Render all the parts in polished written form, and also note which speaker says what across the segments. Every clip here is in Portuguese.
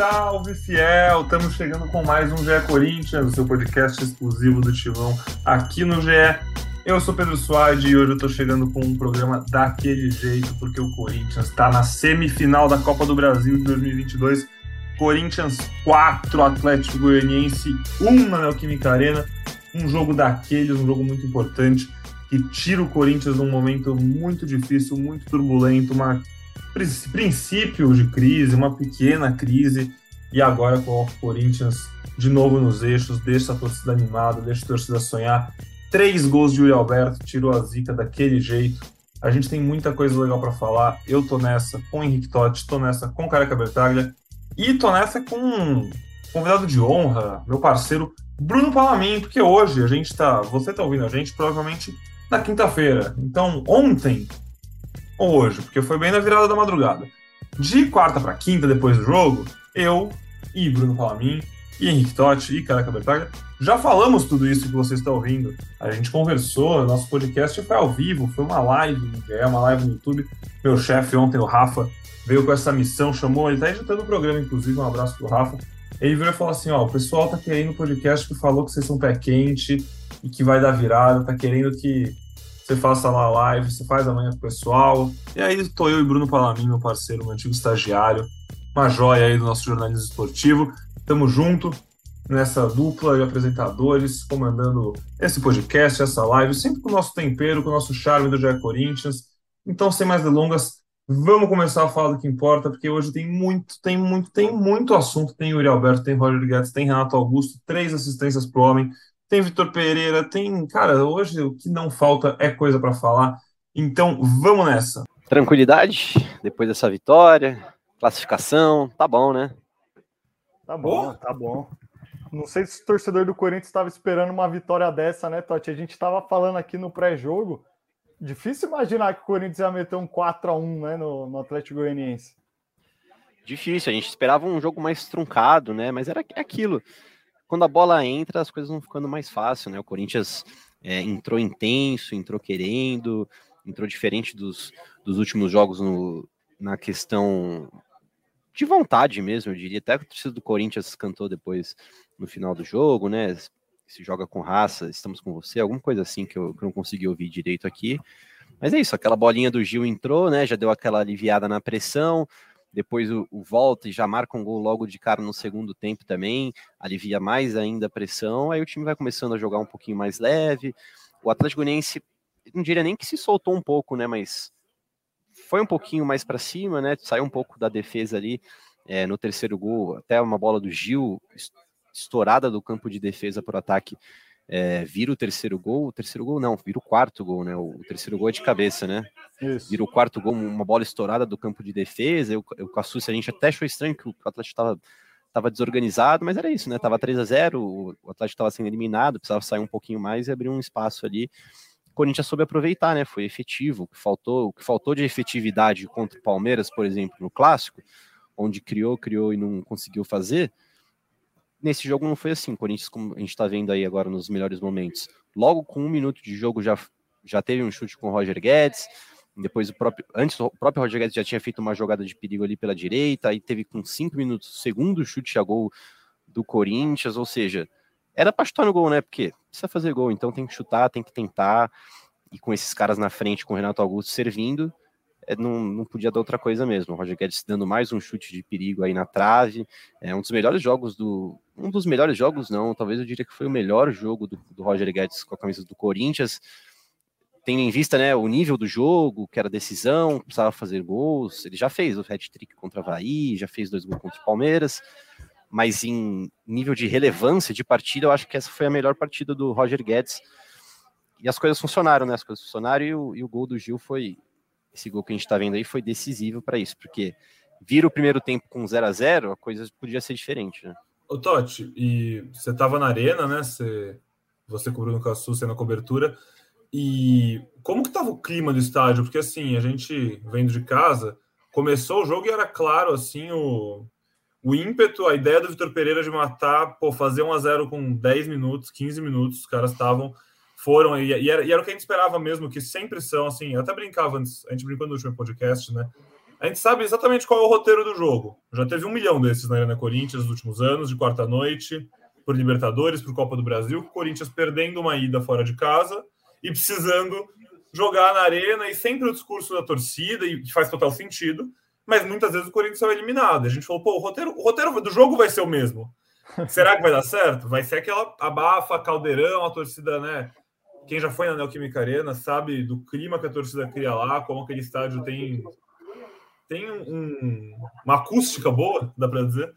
Speaker 1: salve, fiel! Estamos chegando com mais um GE Corinthians, o seu podcast exclusivo do Timão aqui no GE. Eu sou Pedro Suárez e hoje eu estou chegando com um programa daquele jeito, porque o Corinthians está na semifinal da Copa do Brasil de 2022. Corinthians 4, Atlético Goianiense 1 na Neoquímica Arena. Um jogo daqueles, um jogo muito importante, que tira o Corinthians num momento muito difícil, muito turbulento, uma princípio de crise, uma pequena crise, e agora coloca o Corinthians de novo nos eixos, deixa a torcida animada, deixa a torcida sonhar. 3 gols de Yuri Alberto, tirou a zica daquele jeito. A gente tem muita coisa legal para falar. Eu tô nessa com o Henrique Totti, tô nessa com o Careca Bertaglia e tô nessa com um convidado de honra, meu parceiro Bruno Palamin, porque hoje você tá ouvindo a gente provavelmente na quinta-feira. Então, ontem ou hoje, porque foi bem na virada da madrugada. De quarta para quinta, depois do jogo, eu e Bruno Palamin, e Henrique Totti e Careca Bertaglia já falamos tudo isso que você está ouvindo. A gente conversou, nosso podcast foi ao vivo, foi uma live no GE, uma live no YouTube. Meu chefe ontem, o Rafa, veio com essa missão, chamou, ele está editando o programa, inclusive, um abraço pro Rafa. Ele veio e falou assim, o pessoal tá querendo o podcast que falou que vocês são pé quente e que vai dar virada, tá querendo que você faça lá a live, você faz amanhã com o pessoal. E aí tô eu e Bruno Palamin, meu parceiro, meu antigo estagiário, uma joia aí do nosso jornalismo esportivo. Tamo junto nessa dupla de apresentadores, comandando esse podcast, essa live, sempre com o nosso tempero, com o nosso charme do GE Corinthians. Então, sem mais delongas, vamos começar a falar do que importa, porque hoje tem muito assunto. Tem Yuri Alberto, tem Roger Guedes, tem Renato Augusto, 3 assistências pro homem, tem Vitor Pereira, cara, hoje o que não falta é coisa para falar. Então, vamos nessa.
Speaker 2: Tranquilidade, depois dessa vitória, classificação, tá bom, né?
Speaker 3: Tá bom, tá bom. Não sei se o torcedor do Corinthians estava esperando uma vitória dessa, né, Totti? A gente estava falando aqui no pré-jogo. Difícil imaginar que o Corinthians ia meter um 4-1, né, no Atlético Goianiense.
Speaker 2: Difícil, a gente esperava um jogo mais truncado, né? Mas era aquilo. Quando a bola entra, as coisas vão ficando mais fácil, né? O Corinthians entrou intenso, entrou querendo, entrou diferente dos últimos jogos na questão de vontade mesmo, eu diria. Até que o torcedor do Corinthians cantou depois no final do jogo, né? Se joga com raça, estamos com você, alguma coisa assim que eu não consegui ouvir direito aqui. Mas é isso, aquela bolinha do Gil entrou, né? Já deu aquela aliviada na pressão. Depois o volta e já marca um gol logo de cara no segundo tempo também, alivia mais ainda a pressão, aí o time vai começando a jogar um pouquinho mais leve. O Atlético Goianiense, não diria nem que se soltou um pouco, né, mas foi um pouquinho mais para cima, né, saiu um pouco da defesa ali no terceiro gol, até uma bola do Gil estourada do campo de defesa para o ataque, vira o terceiro gol não, vira o quarto gol, né, o terceiro gol é de cabeça, né,
Speaker 3: Isso.
Speaker 2: vira o quarto gol, uma bola estourada do campo de defesa, o Cassucci, a gente até achou estranho que o Atlético estava desorganizado, mas era isso, né, tava 3-0, o Atlético estava sendo eliminado, precisava sair um pouquinho mais e abrir um espaço ali, o Corinthians soube aproveitar, né, foi efetivo, o que faltou de efetividade contra o Palmeiras, por exemplo, no Clássico, onde criou e não conseguiu fazer. Nesse jogo não foi assim, o Corinthians, como a gente está vendo aí agora nos melhores momentos, logo com 1 minuto de jogo já teve um chute com o Roger Guedes, depois o próprio Roger Guedes já tinha feito uma jogada de perigo ali pela direita, aí teve com 5 minutos o segundo chute a gol do Corinthians, ou seja, era para chutar no gol, né, porque precisa fazer gol, então tem que chutar, tem que tentar, e com esses caras na frente, com o Renato Augusto servindo, não podia dar outra coisa mesmo. O Roger Guedes dando mais um chute de perigo aí na trave. Um dos melhores jogos não, talvez eu diria que foi o melhor jogo do Roger Guedes com a camisa do Corinthians, tendo em vista, né, o nível do jogo, que era decisão, precisava fazer gols. Ele já fez o hat-trick contra o Avaí, já fez 2 gols contra o Palmeiras, mas em nível de relevância de partida, eu acho que essa foi a melhor partida do Roger Guedes. E as coisas funcionaram, né? As coisas funcionaram e o gol do Gil foi... Esse gol que a gente tá vendo aí foi decisivo para isso, porque vira o primeiro tempo com 0-0, a coisa podia ser diferente, né?
Speaker 1: Ô Totti, e você tava na arena, né? Você cobriu no Cassucci na cobertura, e como que tava o clima do estádio? Porque assim, a gente vendo de casa, começou o jogo e era claro, assim, o ímpeto, a ideia do Vitor Pereira de matar, fazer 1-0 com 10 minutos, 15 minutos, os caras foram, e era o que a gente esperava mesmo, que sempre são, assim, eu até brincava antes, a gente brincou no último podcast, né? A gente sabe exatamente qual é o roteiro do jogo. Já teve 1 milhão desses na Arena Corinthians nos últimos anos, de quarta-noite, por Libertadores, por Copa do Brasil, o Corinthians perdendo uma ida fora de casa e precisando jogar na Arena, e sempre o discurso da torcida, e que faz total sentido, mas muitas vezes o Corinthians é eliminado. A gente falou, pô, o roteiro do jogo vai ser o mesmo. Será que vai dar certo? Vai ser aquela abafa, caldeirão, a torcida, né? Quem já foi na Neoquímica Arena sabe do clima que a torcida cria lá, como aquele estádio tem uma acústica boa, dá para dizer.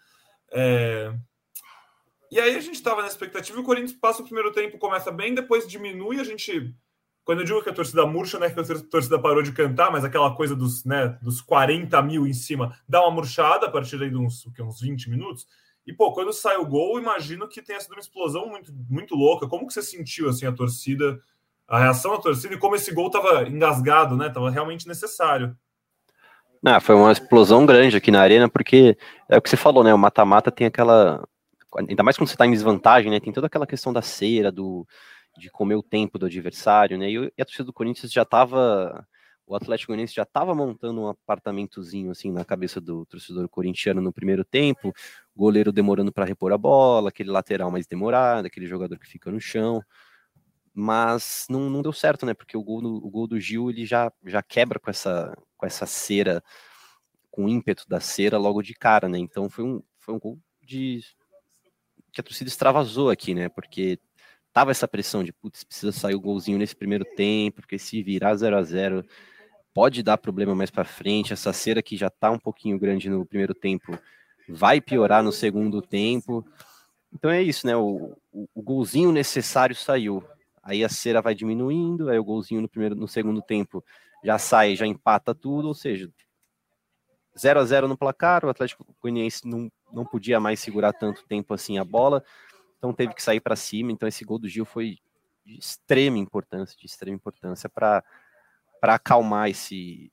Speaker 1: E aí a gente estava na expectativa, e o Corinthians passa o primeiro tempo, começa bem, depois diminui, a gente... Quando eu digo que a torcida murcha, não é que a torcida parou de cantar, mas aquela coisa dos 40 mil em cima, dá uma murchada a partir aí de uns 20 minutos. E, pô, quando sai o gol, imagino que tenha sido uma explosão muito, muito louca. Como que você sentiu, assim, a torcida, a reação da torcida, e como esse gol estava engasgado, né? Estava realmente necessário.
Speaker 2: Foi uma explosão grande aqui na Arena, porque é o que você falou, né? O mata-mata tem aquela... Ainda mais quando você está em desvantagem, né? Tem toda aquela questão da cera, de comer o tempo do adversário, né? E a torcida do Corinthians o Atlético Goianiense já estava montando um apartamentozinho assim na cabeça do torcedor corintiano no primeiro tempo, goleiro demorando para repor a bola, aquele lateral mais demorado, aquele jogador que fica no chão, mas não deu certo, né? Porque o gol do Gil, ele já quebra com essa cera, com o ímpeto da cera logo de cara, né? Então foi um gol que a torcida extravasou aqui, né? Porque tava essa pressão de, putz, precisa sair o golzinho nesse primeiro tempo, porque se virar 0-0 pode dar problema mais para frente, essa cera que já tá um pouquinho grande no primeiro tempo vai piorar no segundo tempo. Então é isso, né? O golzinho necessário saiu, aí a cera vai diminuindo, aí o golzinho no segundo tempo já sai, já empata tudo, ou seja, 0-0 no placar, o Atlético Goianiense não podia mais segurar tanto tempo assim a bola, então teve que sair para cima. Então esse gol do Gil foi de extrema importância para acalmar esse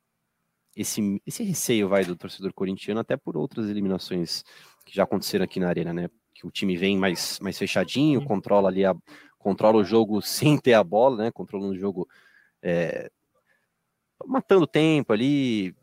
Speaker 2: receio do torcedor corintiano, até por outras eliminações que já aconteceram aqui na Arena, né? Que o time vem mais fechadinho, controla o jogo sem ter a bola, né? Controlando o jogo, matando tempo ali,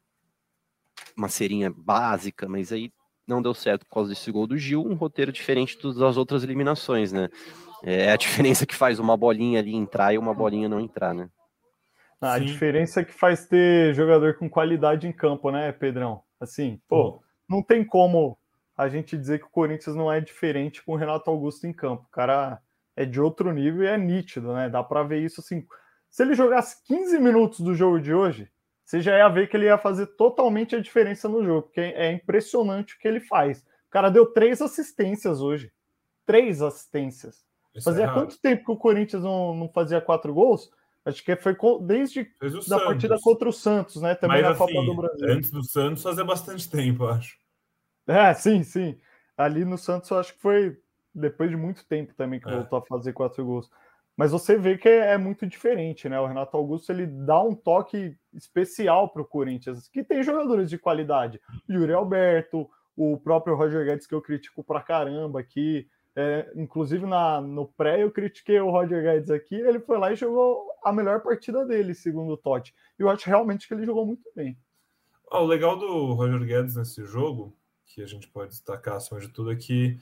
Speaker 2: uma serinha básica, mas aí não deu certo por causa desse gol do Gil, um roteiro diferente das outras eliminações, né? É a diferença que faz uma bolinha ali entrar e uma bolinha não entrar, né?
Speaker 3: A diferença é que faz ter jogador com qualidade em campo, né, Pedrão? Assim, não tem como a gente dizer que o Corinthians não é diferente com o Renato Augusto em campo. O cara é de outro nível e é nítido, né? Dá para ver isso assim. Se ele jogasse 15 minutos do jogo de hoje, você já ia ver que ele ia fazer totalmente a diferença no jogo, porque é impressionante o que ele faz. O cara deu 3 assistências hoje. 3 assistências. Fazia quanto tempo que o Corinthians não fazia 4 gols? Acho que foi desde a partida contra o Santos, né? Também na Copa do Brasil.
Speaker 1: Antes do Santos fazia bastante tempo, eu acho.
Speaker 3: Sim. Ali no Santos eu acho que foi depois de muito tempo também que voltou a fazer 4 gols. Mas você vê que é muito diferente, né? O Renato Augusto, ele dá um toque especial para o Corinthians, que tem jogadores de qualidade. O Yuri Alberto, o próprio Roger Guedes, que eu critico pra caramba aqui. Inclusive no pré eu critiquei o Roger Guedes aqui, ele foi lá e jogou a melhor partida dele, segundo o Totti. E eu acho realmente que ele jogou muito bem.
Speaker 1: O legal do Roger Guedes nesse jogo, que a gente pode destacar acima de tudo, é que,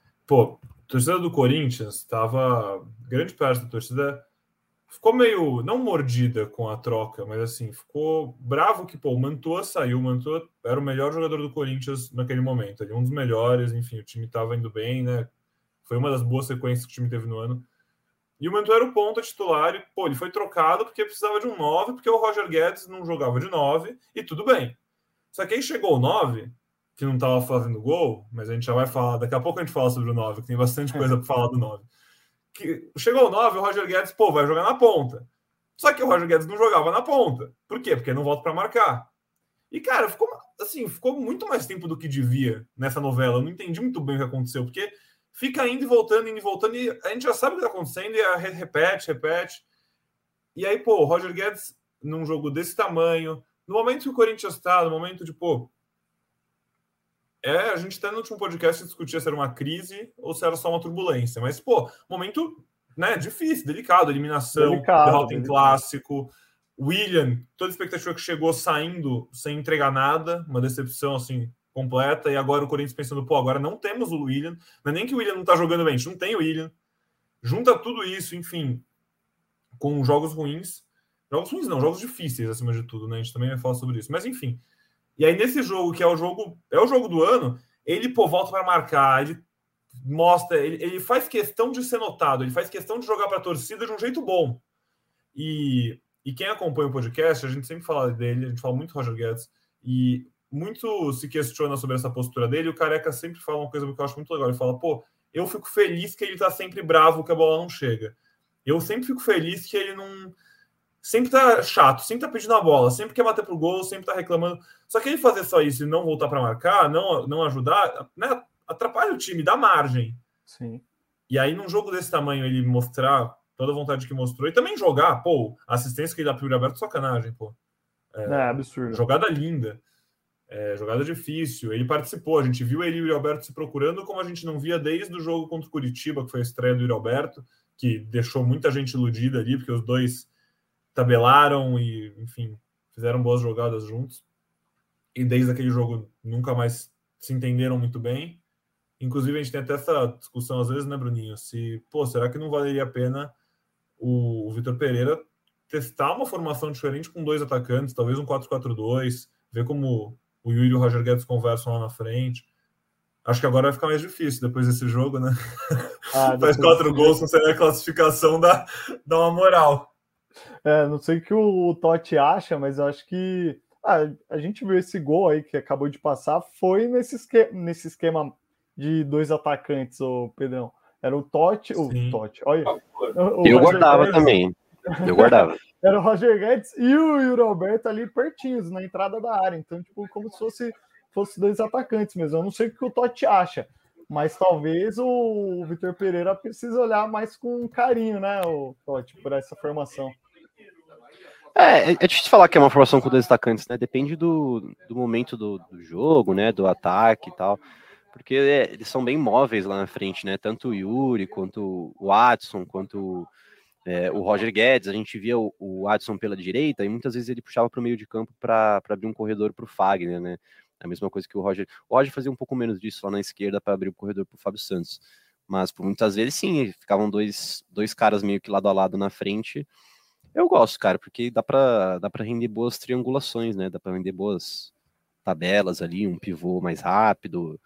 Speaker 1: a torcida do Corinthians estava... Grande parte da torcida ficou meio, não mordida com a troca, mas assim, ficou bravo que, o Mantua saiu. O Mantua era o melhor jogador do Corinthians naquele momento. Ele um dos melhores, enfim, o time estava indo bem, né? Foi uma das boas sequências que o time teve no ano. E o Mantua era o ponta titular. E, ele foi trocado porque precisava de um 9, porque o Roger Guedes não jogava de 9, e tudo bem. Só que aí chegou o 9, que não estava fazendo gol, mas a gente já vai falar, daqui a pouco a gente fala sobre o 9, que tem bastante coisa para falar do 9. Chegou o 9, o Roger Guedes, vai jogar na ponta. Só que o Roger Guedes não jogava na ponta. Por quê? Porque ele não volta para marcar. E, cara, ficou muito mais tempo do que devia nessa novela. Eu não entendi muito bem o que aconteceu, porque fica indo e voltando, e a gente já sabe o que está acontecendo, e repete. E aí, o Roger Guedes, num jogo desse tamanho, no momento que o Corinthians está, no momento de, a gente até no último podcast discutia se era uma crise ou se era só uma turbulência, mas, momento, né, difícil, delicado, eliminação, derrota em clássico, William, toda a expectativa que chegou saindo sem entregar nada, uma decepção assim completa, e agora o Corinthians pensando, pô, agora não temos o William, não é nem que o William não tá jogando bem, a gente não tem o William, junta tudo isso, enfim, com jogos ruins não, jogos difíceis acima de tudo, né, a gente também vai falar sobre isso, mas enfim, e aí nesse jogo, que é o jogo do ano, ele, pô, volta para marcar, ele mostra, ele faz questão de ser notado, ele faz questão de jogar para a torcida de um jeito bom, e quem acompanha o podcast, a gente sempre fala dele, a gente fala muito do Roger Guedes, e muito se questiona sobre essa postura dele, e o Careca sempre fala uma coisa que eu acho muito legal, ele fala, pô, eu fico feliz que ele tá sempre bravo que a bola não chega. Eu sempre fico feliz que ele não... Sempre tá chato, sempre tá pedindo a bola, sempre quer bater pro gol, sempre tá reclamando. Só que ele fazer só isso e não voltar para marcar, não ajudar, né, atrapalha o time, dá margem.
Speaker 3: Sim.
Speaker 1: E aí, num jogo desse tamanho, ele mostrar toda a vontade que mostrou, e também jogar, pô, a assistência que ele dá pro Yuri Alberto, sacanagem, pô.
Speaker 3: Absurdo.
Speaker 1: Jogada linda. Jogada difícil. Ele participou, a gente viu ele e o Yuri Alberto se procurando, como a gente não via desde o jogo contra o Curitiba, que foi a estreia do Yuri Alberto, que deixou muita gente iludida ali, porque os dois tabelaram e, enfim, fizeram boas jogadas juntos. E desde aquele jogo nunca mais se entenderam muito bem. Inclusive, a gente tem até essa discussão às vezes, né, Bruninho? Se, pô, será que não valeria a pena o Vitor Pereira testar uma formação diferente com dois atacantes, talvez um 4-4-2, ver como o Yuri e o Roger Guedes conversam lá na frente. Acho que agora vai ficar mais difícil depois desse jogo, né? Faz 4 gols, não sei a classificação, dá uma moral.
Speaker 3: Não sei o que o Totti acha, mas eu acho que a gente viu esse gol aí que acabou de passar, foi nesse esquema de dois atacantes, o Pedrão. Era o Totti, olha.
Speaker 2: Eu guardava também. Eu guardava.
Speaker 3: Era o Roger Guedes e o Yuri Alberto ali pertinhos, na entrada da área. Então, tipo, como se fosse dois atacantes mesmo. Eu não sei o que o Totti acha, mas talvez o Vitor Pereira precise olhar mais com carinho, né, o Totti, por essa formação.
Speaker 2: É difícil falar que é uma formação com dois atacantes, né? Depende do momento do jogo, né? Do ataque e tal. Porque eles são bem móveis lá na frente, né? Tanto o Yuri, quanto o Adson, quanto o Roger Guedes. A gente via o Adson pela direita e muitas vezes ele puxava para o meio de campo para abrir um corredor para o Fagner, né? A mesma coisa que o Roger. O Roger fazia um pouco menos disso lá na esquerda para abrir o corredor para o Fábio Santos. Mas por muitas vezes, sim, ficavam dois caras meio que lado a lado na frente. Eu gosto, cara, porque dá para render boas triangulações, né? Dá para render boas tabelas ali, um pivô mais rápido,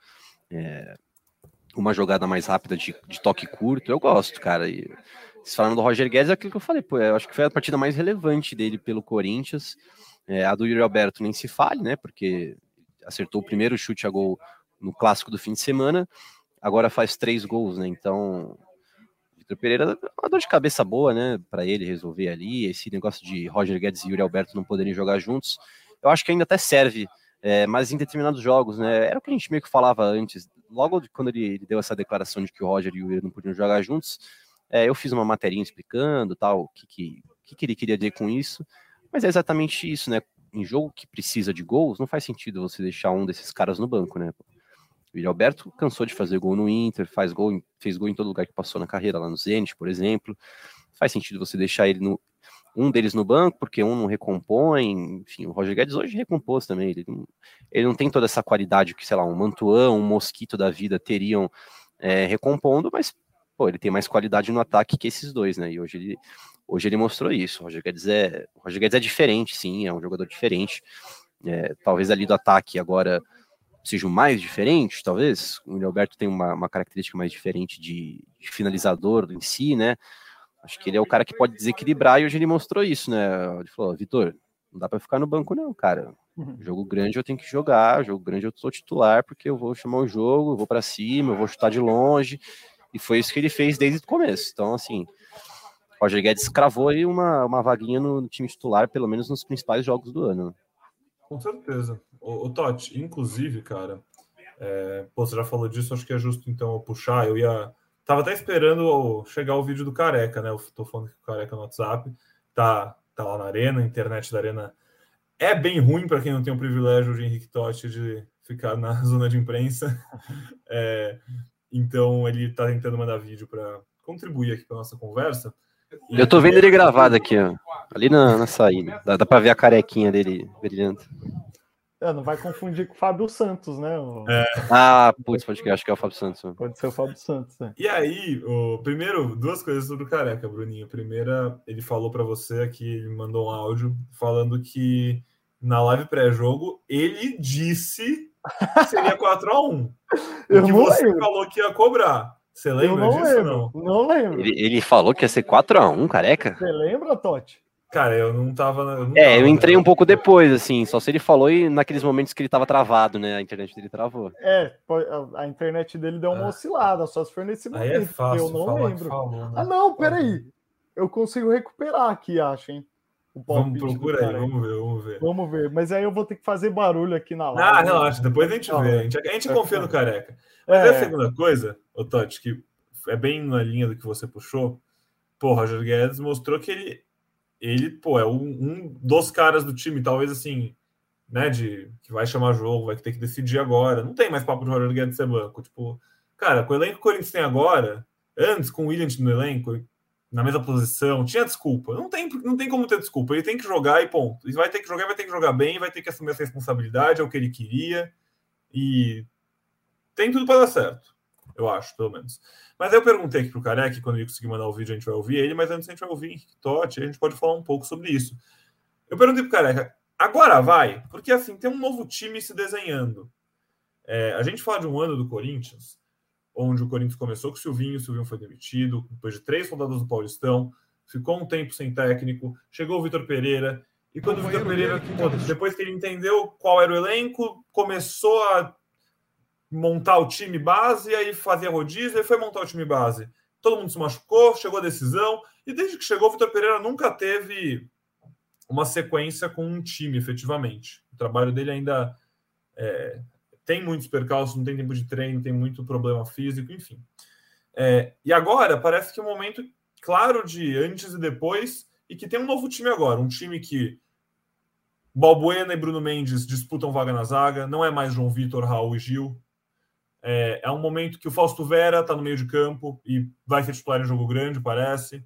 Speaker 2: uma jogada mais rápida de toque curto. Eu gosto, cara. E falando do Roger Guedes, é aquilo que eu falei, pô, eu acho que foi a partida mais relevante dele pelo Corinthians. A do Yuri Alberto nem se fale, né? Porque acertou o primeiro chute a gol no clássico do fim de semana, agora faz 3 gols, né? Então, Vitor Pereira, uma dor de cabeça boa, né? Para ele resolver ali, esse negócio de Roger Guedes e Yuri Alberto não poderem jogar juntos, eu acho que ainda até serve, mas em determinados jogos, né? Era o que a gente meio que falava antes, logo quando ele deu essa declaração de que o Roger e o Yuri não podiam jogar juntos, eu fiz uma materinha explicando tal, o que ele queria dizer com isso, mas é exatamente isso, né? Em jogo que precisa de gols, não faz sentido você deixar um desses caras no banco, né? O Yuri Alberto cansou de fazer gol no Inter, fez gol em todo lugar que passou na carreira, lá no Zenit, por exemplo. Faz sentido você deixar um deles no banco, porque um não recompõe. Enfim, o Roger Guedes hoje recompôs também. Ele não tem toda essa qualidade que, sei lá, um Mantuan, um Mosquito da vida teriam recompondo, mas, pô, ele tem mais qualidade no ataque que esses dois, né? E hoje ele mostrou isso. O Roger Guedes é diferente, sim, é um jogador diferente. Talvez ali do ataque agora seja o mais diferente, talvez. O Yuri Alberto tem uma característica mais diferente de finalizador em si, né? Acho que ele é o cara que pode desequilibrar e hoje ele mostrou isso, né? Ele falou, Vitor, não dá para ficar no banco não, cara. Jogo grande eu tenho que jogar, jogo grande eu sou titular porque eu vou chamar o jogo, eu vou para cima, eu vou chutar de longe. E foi isso que ele fez desde o começo. Então, assim, Roger Guedes cravou aí uma vaguinha no time titular, pelo menos nos principais jogos do ano.
Speaker 1: Com certeza. O Totti, inclusive, cara, você já falou disso, acho que é justo então eu puxar. Tava até esperando chegar o vídeo do Careca, né? Eu tô falando que o Careca no WhatsApp tá lá na Arena, a internet da Arena é bem ruim para quem não tem o privilégio de Henrique Totti de ficar na zona de imprensa. Então ele tá tentando mandar vídeo para contribuir aqui para nossa conversa.
Speaker 2: Eu tô vendo ele gravado aqui, ó. Ali na saída. Dá pra ver a carequinha dele brilhando.
Speaker 3: Não vai confundir com o Fábio Santos, né?
Speaker 2: Putz, pode que acho que é o Fábio Santos.
Speaker 3: Pode ser o Fábio Santos, né?
Speaker 1: E aí, primeiro, duas coisas sobre o Careca, Bruninho. Primeira, ele falou para você aqui, ele mandou um áudio falando que na live pré-jogo ele disse que seria 4-1.
Speaker 3: Eu
Speaker 1: que
Speaker 3: não
Speaker 1: você
Speaker 3: lembro.
Speaker 1: falou que ia cobrar. Você lembra disso ou não?
Speaker 3: Não lembro.
Speaker 2: Ele falou que ia ser 4-1, Careca?
Speaker 3: Você lembra, Totti?
Speaker 1: Cara, eu não tava...
Speaker 2: Eu entrei um pouco depois, assim, só se ele falou e naqueles momentos que ele tava travado, né? A internet dele travou.
Speaker 3: A internet dele deu uma oscilada, só se for nesse momento.
Speaker 1: Aí é fácil
Speaker 3: eu não
Speaker 1: falar
Speaker 3: lembro.
Speaker 1: que falou, né?
Speaker 3: Não, peraí. Eu consigo recuperar aqui, acho, hein?
Speaker 1: Vamos procurar aí, vamos ver.
Speaker 3: Vamos ver, mas aí eu vou ter que fazer barulho aqui na live.
Speaker 1: Relaxa, depois a gente vê. A gente confia no Careca. Mas a segunda coisa, Totti, que é bem na linha do que você puxou, o Roger Guedes mostrou que ele é um dos caras do time, talvez assim, né, que vai chamar jogo, vai ter que decidir agora. Não tem mais papo de Roger Guedes ser banco. Tipo, cara, com o elenco que o Corinthians tem agora, antes com o William no elenco, na mesma posição, tinha desculpa. Não tem como ter desculpa. Ele tem que jogar e ponto. Ele vai ter que jogar bem, vai ter que assumir essa responsabilidade, é o que ele queria. E tem tudo para dar certo, eu acho, pelo menos. Mas aí eu perguntei aqui pro Careca, quando ele conseguir mandar o vídeo, a gente vai ouvir ele, mas antes a gente vai ouvir Totti, a gente pode falar um pouco sobre isso. Eu perguntei pro Careca, agora vai? Porque assim, tem um novo time se desenhando. A gente fala de um ano do Corinthians, onde o Corinthians começou com o Silvinho foi demitido, depois de 3 rodadas do Paulistão, ficou um tempo sem técnico, chegou o Vitor Pereira, e quando o Vitor Pereira, depois que ele entendeu qual era o elenco, começou a montar o time base, aí fazia rodízio, e foi montar o time base. Todo mundo se machucou, chegou a decisão, e desde que chegou, o Vitor Pereira nunca teve uma sequência com um time, efetivamente. O trabalho dele ainda tem muitos percalços, não tem tempo de treino, tem muito problema físico, enfim. E agora, parece que é um momento claro de antes e depois, e que tem um novo time agora, um time que Balbuena e Bruno Mendes disputam vaga na zaga, não é mais João Vitor, Raul e Gil. É um momento que o Fausto Vera está no meio de campo e vai ser titular em jogo grande, parece.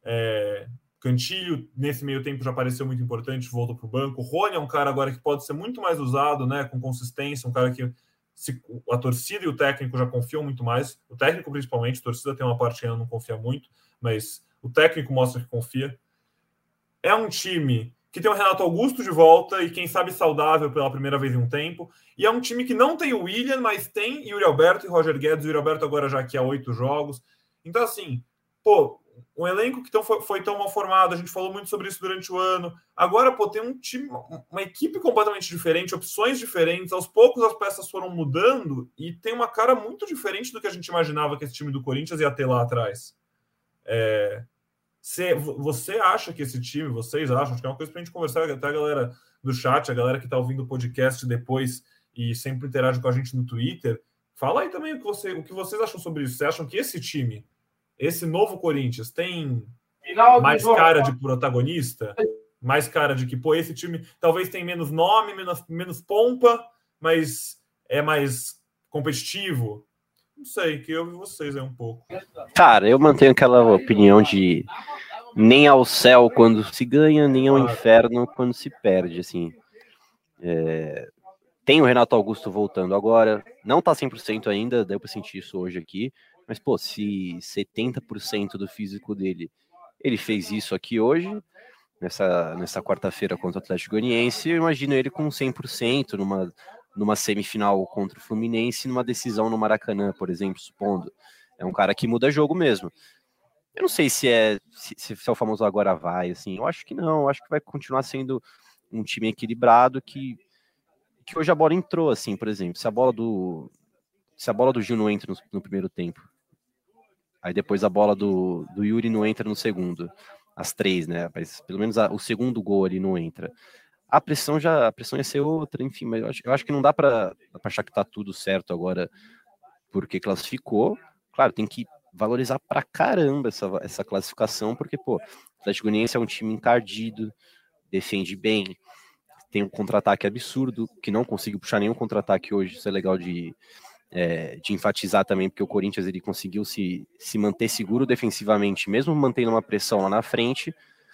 Speaker 1: Cantilho, nesse meio tempo, já pareceu muito importante, voltou para o banco. O Rony é um cara agora que pode ser muito mais usado, né, com consistência, um cara que a torcida e o técnico já confiam muito mais. O técnico, principalmente, a torcida tem uma parte que ainda não confia muito, mas o técnico mostra que confia. É um time que tem o Renato Augusto de volta e, quem sabe, saudável pela primeira vez em um tempo. E é um time que não tem o William, mas tem Yuri Alberto e Roger Guedes. O Yuri Alberto agora já aqui há 8 jogos. Então, assim, um elenco que foi tão mal formado, a gente falou muito sobre isso durante o ano. Agora, tem um time, uma equipe completamente diferente, opções diferentes. Aos poucos as peças foram mudando e tem uma cara muito diferente do que a gente imaginava que esse time do Corinthians ia ter lá atrás. Você acha que esse time, vocês acham, acho que é uma coisa pra gente conversar, até a galera do chat, a galera que tá ouvindo o podcast depois e sempre interage com a gente no Twitter, fala aí também o que vocês acham sobre isso. Vocês acham que esse time, esse novo Corinthians, tem mais cara de protagonista? Mais cara de que, esse time talvez tem menos nome, menos pompa, mas é mais competitivo? Não sei, que eu ouvi vocês aí um pouco.
Speaker 2: Cara, eu mantenho aquela opinião de nem ao céu quando se ganha, nem ao inferno quando se perde, assim. Tem o Renato Augusto voltando agora, não tá 100% ainda, deu pra sentir isso hoje aqui, mas, se 70% do físico dele, ele fez isso aqui hoje, nessa quarta-feira contra o Atlético Goianiense, eu imagino ele com 100% numa semifinal contra o Fluminense, numa decisão no Maracanã, por exemplo, supondo. É um cara que muda jogo mesmo. Eu não sei se é o famoso agora vai, assim. Eu acho que não. Eu acho que vai continuar sendo um time equilibrado que hoje a bola entrou, assim, por exemplo. Se a bola do Gil não entra no primeiro tempo, aí depois a bola do Yuri não entra no segundo. As 3, né? Mas pelo menos o segundo gol ali não entra. A pressão ia ser outra, enfim, mas eu acho que não dá para achar que tá tudo certo agora porque classificou. Claro, tem que valorizar pra caramba essa classificação, porque, o Atlético Goianiense é um time encardido, defende bem, tem um contra-ataque absurdo, que não conseguiu puxar nenhum contra-ataque hoje. Isso é legal de enfatizar também, porque o Corinthians ele conseguiu se manter seguro defensivamente, mesmo mantendo uma pressão lá na frente.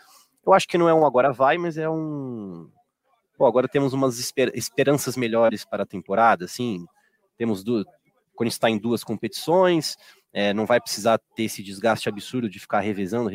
Speaker 2: Eu acho que não é um agora vai, mas é um... Pô, agora temos umas esperanças melhores para a temporada, assim, temos quando está em 2 competições, não vai precisar ter esse desgaste absurdo de ficar revezando.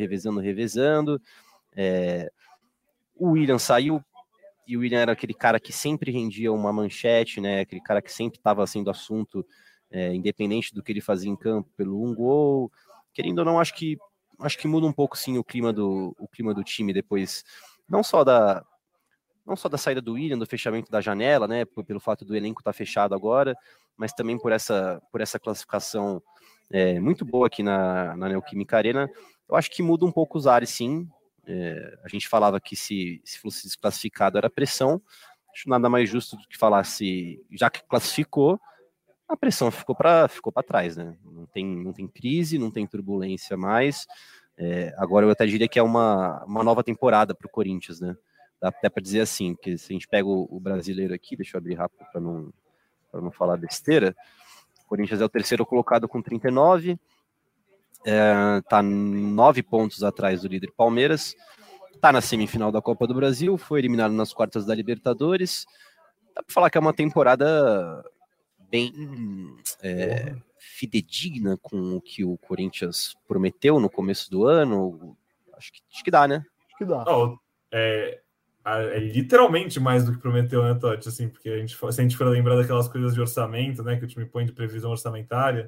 Speaker 2: O William saiu, e o William era aquele cara que sempre rendia uma manchete, né? Aquele cara que sempre estava sendo assunto, independente do que ele fazia em campo, pelo um gol. Querendo ou não, acho que muda um pouco, sim, o clima do time depois, não só da saída do William, do fechamento da janela, né? Pelo fato do elenco estar fechado agora, mas também por essa classificação muito boa aqui na Neoquímica Arena. Eu acho que muda um pouco os ares, sim. A gente falava que se fosse desclassificado era pressão. Acho nada mais justo do que falar já que classificou, a pressão ficou para trás, né? Não tem crise, não tem turbulência mais. Agora eu até diria que é uma nova temporada para o Corinthians, né? Dá até para dizer assim, que se a gente pega o brasileiro aqui, deixa eu abrir rápido para não falar besteira. O Corinthians é o 3º colocado com 39, tá 9 pontos atrás do líder Palmeiras, tá na semifinal da Copa do Brasil, foi eliminado nas quartas da Libertadores. Dá para falar que é uma temporada bem fidedigna com o que o Corinthians prometeu no começo do ano. Acho que dá, né?
Speaker 3: Acho que dá.
Speaker 1: É literalmente mais do que prometeu, né, Totti? Assim, porque se a gente for lembrar daquelas coisas de orçamento, né, que o time põe de previsão orçamentária,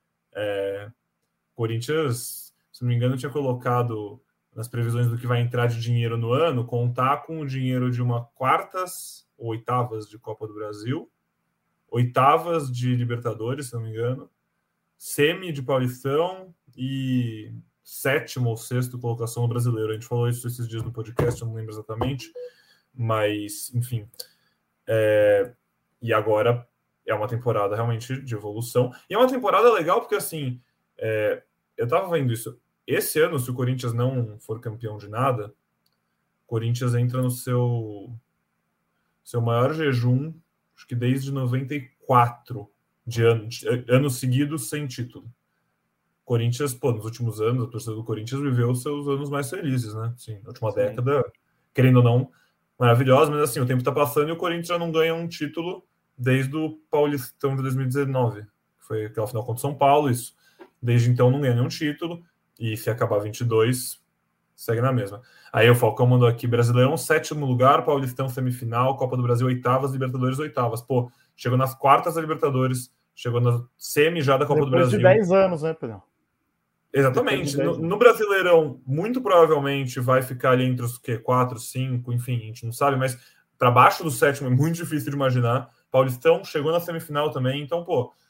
Speaker 1: Corinthians, se não me engano, tinha colocado nas previsões do que vai entrar de dinheiro no ano, contar com o dinheiro de uma quartas ou oitavas de Copa do Brasil, oitavas de Libertadores, se não me engano, semi de Paulistão e 7ª ou 6ª colocação no Brasileiro. A gente falou isso esses dias no podcast, eu não lembro exatamente, mas, enfim. E agora é uma temporada realmente de evolução. E é uma temporada legal porque, assim, eu tava vendo isso. Esse ano, se o Corinthians não for campeão de nada, o Corinthians entra no seu maior jejum, acho que desde 94 de anos seguidos sem título. Corinthians, nos últimos anos, a torcida do Corinthians viveu os seus anos mais felizes, né? Sim, na última década, querendo ou não, maravilhosa, mas assim, o tempo tá passando e o Corinthians já não ganha um título desde o Paulistão de 2019, que foi aquela final contra o São Paulo, isso. Desde então não ganha nenhum título, e se acabar 22, segue na mesma. Aí o Falcão mandou aqui, Brasileirão, 7º lugar, Paulistão semifinal, Copa do Brasil, oitavas, Libertadores, oitavas. Pô, chegou nas quartas da Libertadores, chegou na semi já da Copa do Brasil.
Speaker 3: Depois de 10 anos, né, Pedro?
Speaker 1: Exatamente. No Brasileirão, muito provavelmente vai ficar ali entre os 4, 5, enfim, a gente não sabe, mas para baixo do 7º é muito difícil de imaginar. Paulistão chegou na semifinal também, então,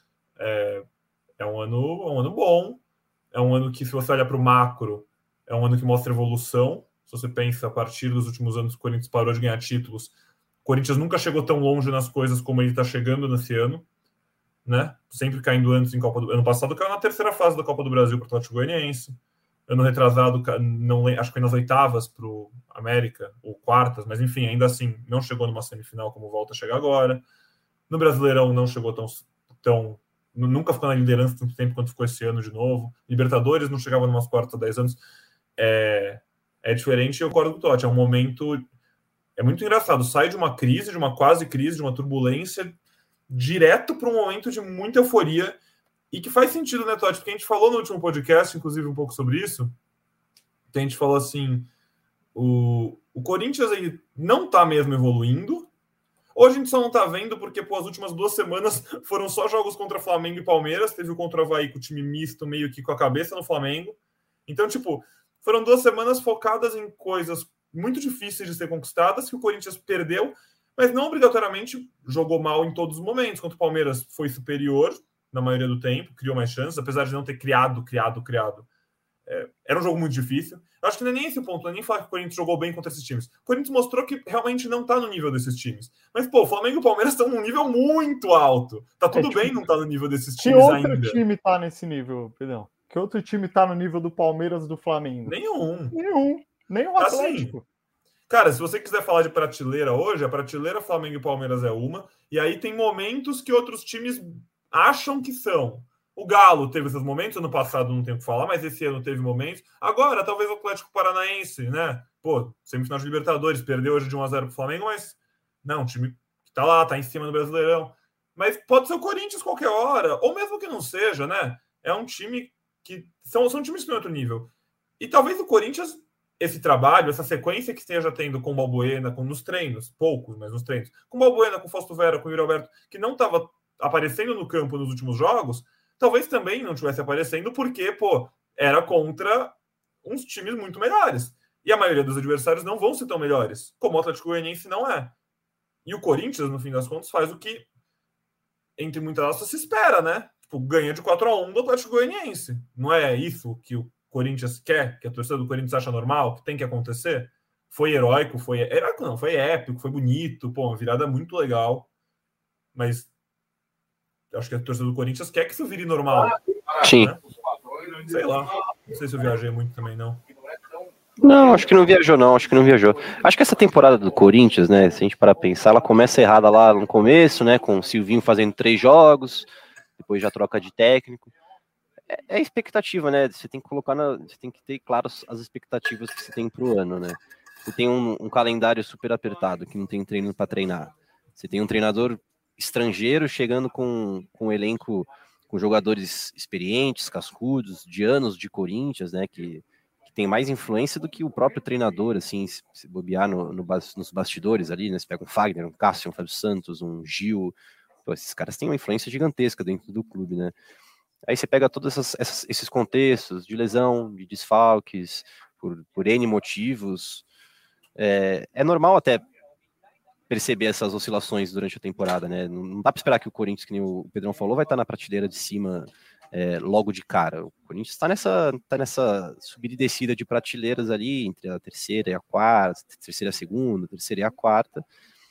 Speaker 1: é um ano bom, é um ano que, se você olhar para o macro, é um ano que mostra evolução. Se você pensa, a partir dos últimos anos, o Corinthians parou de ganhar títulos. O Corinthians nunca chegou tão longe nas coisas como ele está chegando nesse ano, né? Sempre caindo antes em Copa do... Ano passado caiu na 3ª fase da Copa do Brasil para o Atlético Goianiense. Ano retrasado, acho que foi nas oitavas para o América, ou quartas, mas enfim, ainda assim, não chegou numa semifinal como volta a chegar agora. No Brasileirão não chegou tão nunca ficou na liderança tanto tempo quanto ficou esse ano de novo. Libertadores não chegava numas quartas há 10 anos. É diferente, eu concordo com o Totti. É um momento... É muito engraçado. Sai de uma crise, de uma quase crise, de uma turbulência, direto para um momento de muita euforia. E que faz sentido, né, Totti? Porque a gente falou no último podcast, inclusive, um pouco sobre isso. Que a gente falou assim... O Corinthians ele não está mesmo evoluindo. Hoje a gente só não tá vendo porque, as últimas 2 semanas foram só jogos contra Flamengo e Palmeiras. Teve o contra o Avaí com o time misto, meio que com a cabeça no Flamengo. Então, foram 2 semanas focadas em coisas muito difíceis de ser conquistadas, que o Corinthians perdeu, mas não obrigatoriamente jogou mal em todos os momentos. Contra o Palmeiras foi superior na maioria do tempo, criou mais chances, apesar de não ter criado. Era um jogo muito difícil. Eu acho que não é nem esse o ponto, não é nem falar que o Corinthians jogou bem contra esses times. O Corinthians mostrou que realmente não tá no nível desses times. Mas, o Flamengo e o Palmeiras estão num nível muito alto. Tá tudo bem não tá no nível desses times ainda.
Speaker 3: Que outro time tá nesse nível, Pedrão? Que outro time tá no nível do Palmeiras e do Flamengo?
Speaker 1: Nenhum.
Speaker 3: Nem o Atlético.
Speaker 1: Assim, cara, se você quiser falar de prateleira hoje, a prateleira Flamengo e Palmeiras é uma, e aí tem momentos que outros times acham que são. O Galo teve esses momentos, ano passado não tem o que falar, mas esse ano teve momentos. Agora, talvez o Atlético Paranaense, né? Pô, semifinal de Libertadores, perdeu hoje de 1-0 pro Flamengo, mas não, um time que tá lá, tá em cima do Brasileirão. Mas pode ser o Corinthians qualquer hora, ou mesmo que não seja, né? É um time que são times que têm outro nível. E talvez o Corinthians, esse trabalho, essa sequência que esteja tendo com o Balbuena, nos treinos, poucos, mas nos treinos, com o Balbuena, com o Fausto Vera, com o Yuri Alberto, que não estava aparecendo no campo nos últimos jogos, talvez também não estivesse aparecendo porque, pô, era contra uns times muito melhores. E a maioria dos adversários não vão ser tão melhores, como o Atlético Goianiense não é. E o Corinthians, no fim das contas, faz o que, entre muitas aspas, se espera, né? Tipo, ganha de 4-1 do Atlético Goianiense. Não é isso que o Corinthians quer, que a torcida do Corinthians acha normal, que tem que acontecer? Foi heróico, foi épico, foi bonito, pô, uma virada muito legal. Mas acho que a torcida do Corinthians quer que isso vire normal.
Speaker 2: Sim.
Speaker 1: Né? Sei lá. Não sei se eu viajei muito também, não.
Speaker 2: Não, acho que não viajou, não. Acho que essa temporada do Corinthians, né, se a gente parar pra pensar, ela começa errada lá no começo, né, com o Silvinho fazendo 3 jogos, depois já troca de técnico. É expectativa, né? Você tem que você tem que ter claro as expectativas que você tem pro ano, né? Você tem um calendário super apertado, que não tem treino para treinar. Você tem um treinador estrangeiro chegando com um elenco com jogadores experientes, cascudos, de anos de Corinthians, né? Que tem mais influência do que o próprio treinador, assim, se bobear nos bastidores ali, né? Você pega um Fagner, um Cássio, um Fábio Santos, um Gil. Pô, esses caras têm uma influência gigantesca dentro do clube, né? Aí você pega todos esses contextos de lesão, de desfalques, por N motivos. É normal até perceber essas oscilações durante a temporada, né? Não dá para esperar que o Corinthians, que nem o Pedrão falou, vai estar na prateleira de cima logo de cara. O Corinthians está nessa subida e descida de prateleiras ali, entre a terceira e a quarta, terceira e a segunda, terceira e a quarta.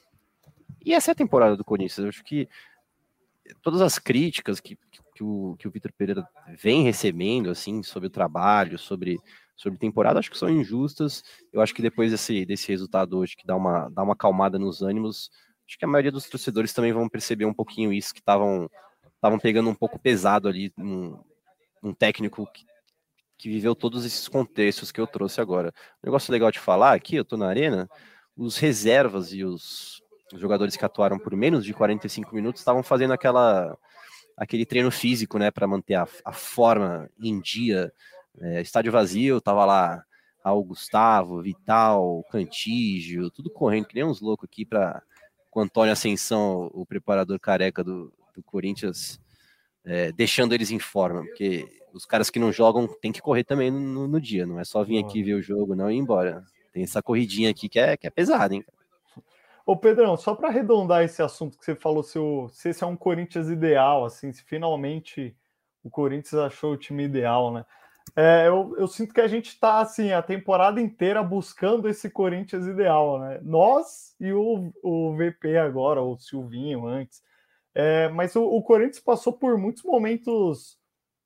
Speaker 2: E essa é a temporada do Corinthians. Eu acho que todas as críticas que o Vitor Pereira vem recebendo, assim, sobre o trabalho, sobre temporada, acho que são injustas. Eu acho que depois desse resultado hoje, que dá uma acalmada nos ânimos, acho que a maioria dos torcedores também vão perceber um pouquinho isso, que estavam pegando um pouco pesado ali, um técnico que viveu todos esses contextos que eu trouxe agora. Um negócio legal de falar aqui, eu tô na arena, os reservas e os jogadores que atuaram por menos de 45 minutos estavam fazendo aquele treino físico, né, para manter a forma em dia. Estádio vazio, tava lá o Gustavo, Vital, Cantígio, tudo correndo, que nem uns loucos aqui com o Antônio Ascensão, o preparador careca do Corinthians, deixando eles em forma, porque os caras que não jogam tem que correr também no dia, não é só vir aqui ver o jogo não e ir embora. Tem essa corridinha aqui que é pesada, hein?
Speaker 3: Ô Pedrão, só para arredondar esse assunto que você falou, se esse é um Corinthians ideal, assim, se finalmente o Corinthians achou o time ideal, né? Eu sinto que a gente está, assim, a temporada inteira buscando esse Corinthians ideal, né? Nós e o VP agora, o Silvinho antes. Mas o Corinthians passou por muitos momentos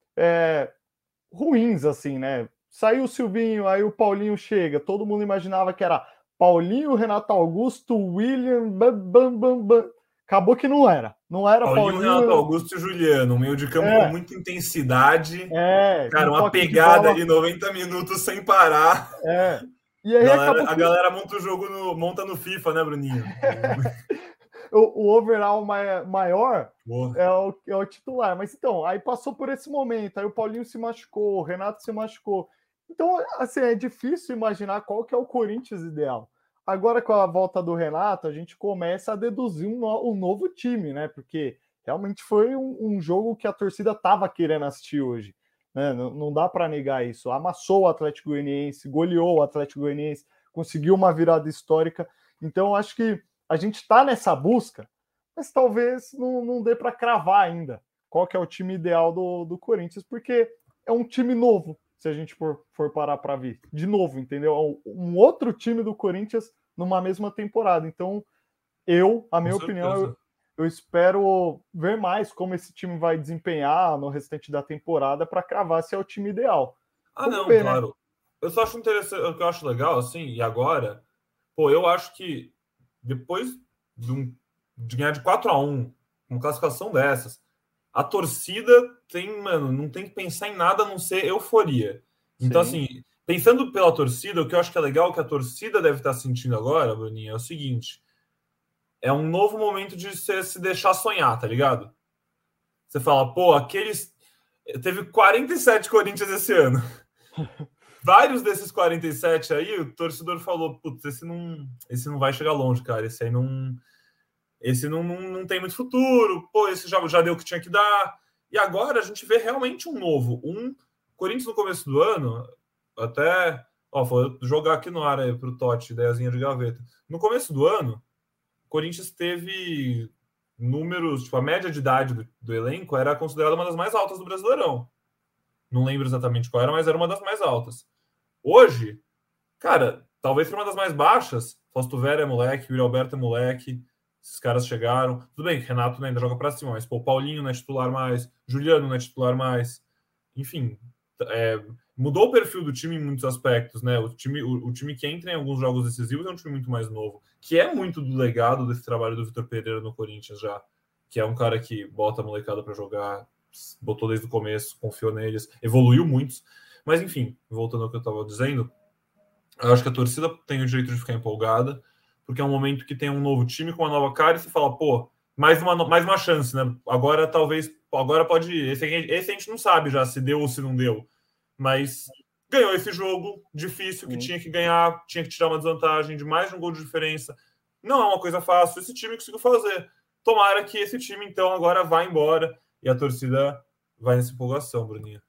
Speaker 3: ruins, assim, né? Saiu o Silvinho, aí o Paulinho chega, todo mundo imaginava que era Paulinho, Renato Augusto, William, acabou que não era. Não era Paulinho,
Speaker 1: Renato Augusto e Juliano, um meio de campo com muita intensidade. Cara, uma pegada de 90 minutos sem parar.
Speaker 3: E aí
Speaker 1: a galera monta o jogo monta no FIFA, né, Bruninho?
Speaker 3: o overall maior é o titular. Mas então, aí passou por esse momento, aí o Paulinho se machucou, o Renato se machucou. Então, assim, é difícil imaginar qual que é o Corinthians ideal. Agora, com a volta do Renato, a gente começa a deduzir um novo time, né? Porque realmente foi um jogo que a torcida estava querendo assistir hoje. Né? Não dá para negar isso. Amassou o Atlético Goianiense, goleou o Atlético Goianiense, conseguiu uma virada histórica. Então, acho que a gente está nessa busca, mas talvez não dê para cravar ainda qual que é o time ideal do Corinthians, porque é um time novo. Se a gente for parar para ver. De novo, entendeu? Um outro time do Corinthians numa mesma temporada. Então, a minha opinião, eu espero ver mais como esse time vai desempenhar no restante da temporada para cravar se é o time ideal.
Speaker 1: Vamos ver, claro. Né? Eu só acho interessante, o que eu acho legal, assim, e agora, eu acho que depois de ganhar de 4-1, uma classificação dessas, a torcida não tem que pensar em nada a não ser euforia. Então, assim, pensando pela torcida, o que eu acho que é legal, que a torcida deve estar sentindo agora, Bruninho, é o seguinte: é um novo momento de você se deixar sonhar, tá ligado? Você fala, pô, teve 47 Corinthians esse ano. Vários desses 47 aí, o torcedor falou, putz, esse não vai chegar longe, cara. Esse aí não tem muito futuro. Pô, esse já deu o que tinha que dar. E agora a gente vê realmente um novo. Corinthians no começo do ano, até... vou jogar aqui no ar aí pro Totti, ideiazinha de gaveta. No começo do ano, o Corinthians teve números... Tipo, a média de idade do elenco era considerada uma das mais altas do Brasileirão. Não lembro exatamente qual era, mas era uma das mais altas. Hoje, cara, talvez seja uma das mais baixas. Fausto Vera é moleque, o Yuri Alberto é moleque. Esses caras chegaram. Tudo bem, Renato ainda joga pra cima, mas pô, Paulinho não é titular mais, Juliano não é titular mais. Enfim, mudou o perfil do time em muitos aspectos, né? O time que entra em alguns jogos decisivos é um time muito mais novo, que é muito do legado desse trabalho do Vitor Pereira no Corinthians já, que é um cara que bota a molecada para jogar, botou desde o começo, confiou neles, evoluiu muito. Mas enfim, voltando ao que eu estava dizendo, eu acho que a torcida tem o direito de ficar empolgada, porque é um momento que tem um novo time com uma nova cara e você fala, pô, mais uma chance, né? Agora pode ir. Esse a gente não sabe já se deu ou se não deu, mas ganhou esse jogo difícil que tinha que ganhar, tinha que tirar uma desvantagem de mais de um gol de diferença. Não é uma coisa fácil, esse time conseguiu fazer. Tomara que esse time, então, agora vá embora e a torcida vai nessa empolgação, Bruninho.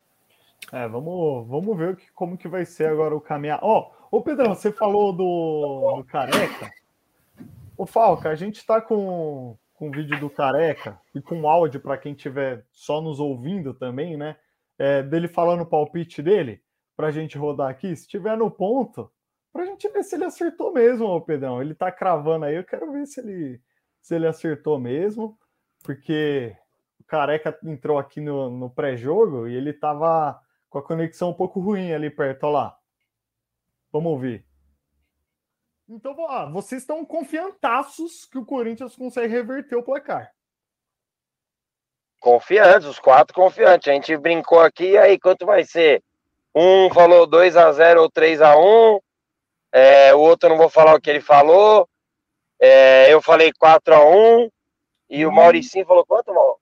Speaker 3: Vamos ver como que vai ser agora o caminhar. Ô Pedrão, você falou do Careca. Ô Falca, a gente tá com o vídeo do Careca e com áudio para quem estiver só nos ouvindo também, né? Dele falando o palpite dele, pra gente rodar aqui. Se tiver no ponto, pra gente ver se ele acertou mesmo, ô Pedrão. Ele tá cravando aí, eu quero ver se ele acertou mesmo, porque o Careca entrou aqui no pré-jogo e ele tava com a conexão um pouco ruim ali perto, olha lá. Vamos ouvir. Então, vocês estão confiantaços que o Corinthians consegue reverter o placar.
Speaker 4: Confiantes, os 4 confiantes. A gente brincou aqui, aí quanto vai ser? Um falou 2-0 ou 3-1. O outro eu não vou falar o que ele falou. Eu falei 4-1. E o Mauricinho falou quanto, Mauro?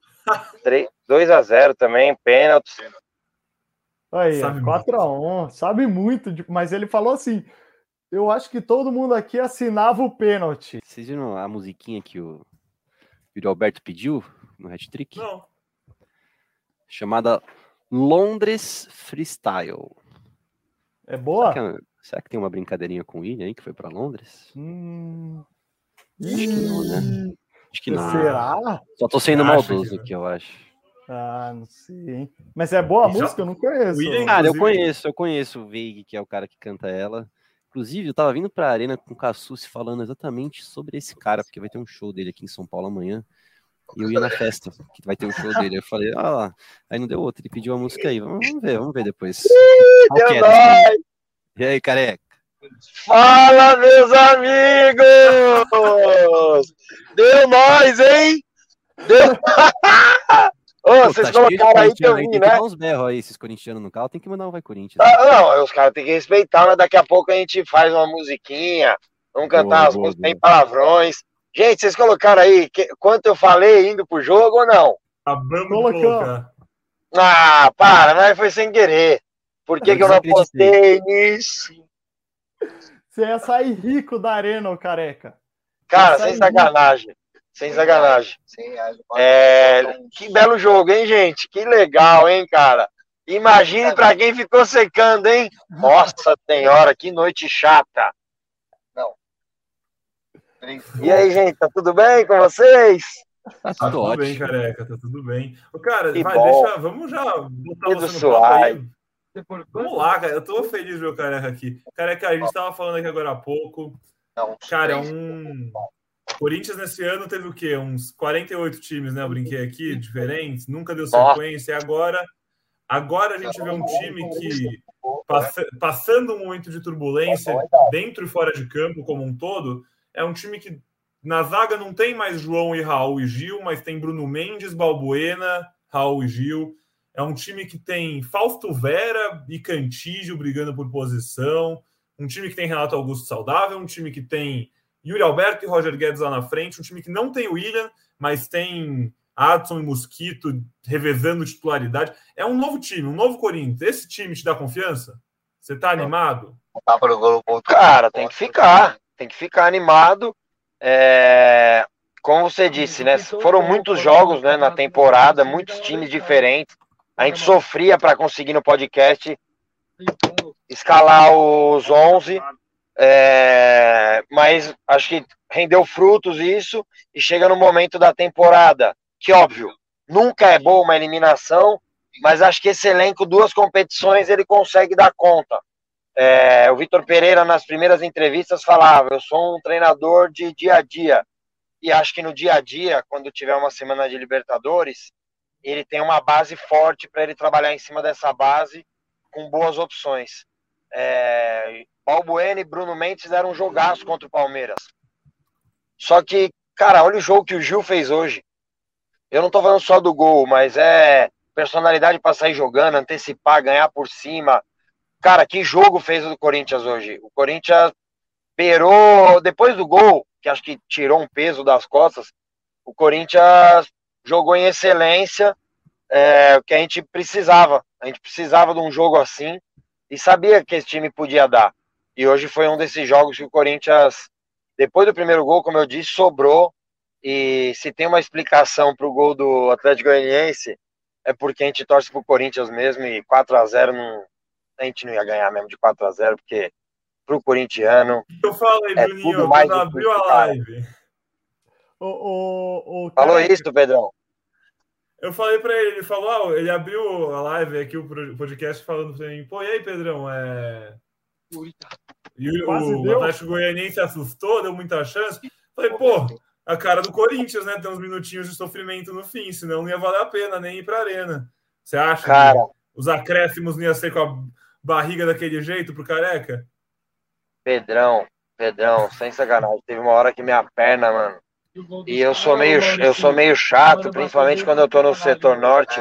Speaker 4: 2-0 também, pênalti.
Speaker 3: Aí, 4-1, sabe muito, mas ele falou assim, eu acho que todo mundo aqui assinava o pênalti.
Speaker 2: Vocês viram a musiquinha que o Yuri Alberto pediu no hat-trick?
Speaker 1: Não.
Speaker 2: Chamada Londres Freestyle.
Speaker 3: É boa?
Speaker 2: Será que tem uma brincadeirinha com o William aí que foi pra Londres?
Speaker 3: Acho que não,
Speaker 2: né? Acho que não.
Speaker 3: Será?
Speaker 2: Só tô sendo maldoso aqui, eu acho.
Speaker 3: Não sei, hein? Mas é boa a música? Eu não conheço.
Speaker 2: Cara, eu conheço o Veig, que é o cara que canta ela. Inclusive, eu tava vindo pra arena com o Cassucci falando exatamente sobre esse cara, porque vai ter um show dele aqui em São Paulo amanhã. E eu ia na festa, que vai ter um show dele. Eu falei, lá. Aí não deu outro, ele pediu a música aí. Vamos ver depois. E aí, Careca?
Speaker 4: Fala, meus amigos! Deu nós, hein? Deu... vocês colocaram aí que eu vi,
Speaker 2: né? Tem que dar uns berros aí, esses corintianos no carro, tem que mandar um Vai Corinthians.
Speaker 4: Não, os caras têm que respeitar, mas daqui a pouco a gente faz uma musiquinha, vamos cantar as músicas, tem palavrões. Gente, vocês colocaram aí quanto eu falei indo pro jogo ou não?
Speaker 1: Acabamos de colocar.
Speaker 4: Para, mas foi sem querer. Por que eu não apostei nisso?
Speaker 3: Você ia sair rico da arena, ô Careca.
Speaker 4: Cara, sem sacanagem. Sem sacanagem. Que belo jogo, hein, gente? Que legal, hein, cara? Imagine pra quem ficou secando, hein? Nossa senhora, que noite chata. Não. E aí, gente, tá tudo bem com vocês?
Speaker 1: Tá tudo bem, Careca, tá tudo bem. Cara, vamos já botar
Speaker 4: você no papo aí.
Speaker 1: Vamos lá, cara, eu tô feliz de ver o Careca aqui. Careca, a gente tava falando aqui agora há pouco. Cara, Corinthians nesse ano teve o quê? Uns 48 times, né? Eu brinquei aqui, diferentes, nunca deu sequência. E agora a gente vê um time que, passando um momento de turbulência, dentro e fora de campo como um todo, é um time que Na zaga não tem mais João e Raul e Gil, mas tem Bruno Mendes, Balbuena, Raul e Gil. É um time que tem Fausto Vera e Cantígio brigando por posição. Um time que tem Renato Augusto saudável. Um time que tem Yuri Alberto e Roger Guedes lá na frente. Um time que não tem William, mas tem Adson e Mosquito revezando titularidade. É um novo time, um novo Corinthians. Esse time te dá confiança? Você tá animado?
Speaker 4: Cara, tem que ficar animado. Como você disse, né? Foram muitos jogos, né, na temporada, muitos times diferentes. A gente sofria para conseguir no podcast escalar os 11, mas acho que rendeu frutos isso, e chega no momento da temporada, que óbvio, nunca é boa uma eliminação, mas acho que esse elenco, 2 competições, ele consegue dar conta. O Vitor Pereira, nas primeiras entrevistas, falava: eu sou um treinador de dia a dia, e acho que no dia a dia, quando tiver uma semana de Libertadores, ele tem uma base forte para ele trabalhar em cima dessa base com boas opções. Balbuena e Bruno Mendes deram um jogaço contra o Palmeiras. Só que, cara, olha o jogo que o Gil fez hoje. Eu não tô falando só do gol, mas personalidade para sair jogando, antecipar, ganhar por cima. Cara, que jogo fez o do Corinthians hoje? O Corinthians beirou, depois do gol, que acho que tirou um peso das costas, o Corinthians jogou em excelência, o que a gente precisava. A gente precisava de um jogo assim e sabia que esse time podia dar. E hoje foi um desses jogos que o Corinthians, depois do primeiro gol, como eu disse, sobrou. E se tem uma explicação para o gol do Atlético Goianiense, é porque a gente torce pro Corinthians mesmo, e 4-0 a gente não ia ganhar mesmo de 4-0, porque pro corintiano
Speaker 1: eu falei, Bruninho,
Speaker 4: mais
Speaker 1: quando abriu a live.
Speaker 4: Falou isso, Pedrão?
Speaker 1: Eu falei pra ele falou, ele abriu a live aqui, o podcast, falando pra mim, pô, e aí, Pedrão, E o Atlético Goianiense assustou, deu muita chance. Falei, pô, a cara do Corinthians, né? Tem uns minutinhos de sofrimento no fim, senão não ia valer a pena nem ir pra arena. Você acha que os acréscimos não ia ser com a barriga daquele jeito pro Careca?
Speaker 4: Pedrão, sem sacanagem. Teve uma hora que minha perna, mano. E eu sou meio chato, principalmente quando eu tô no setor norte.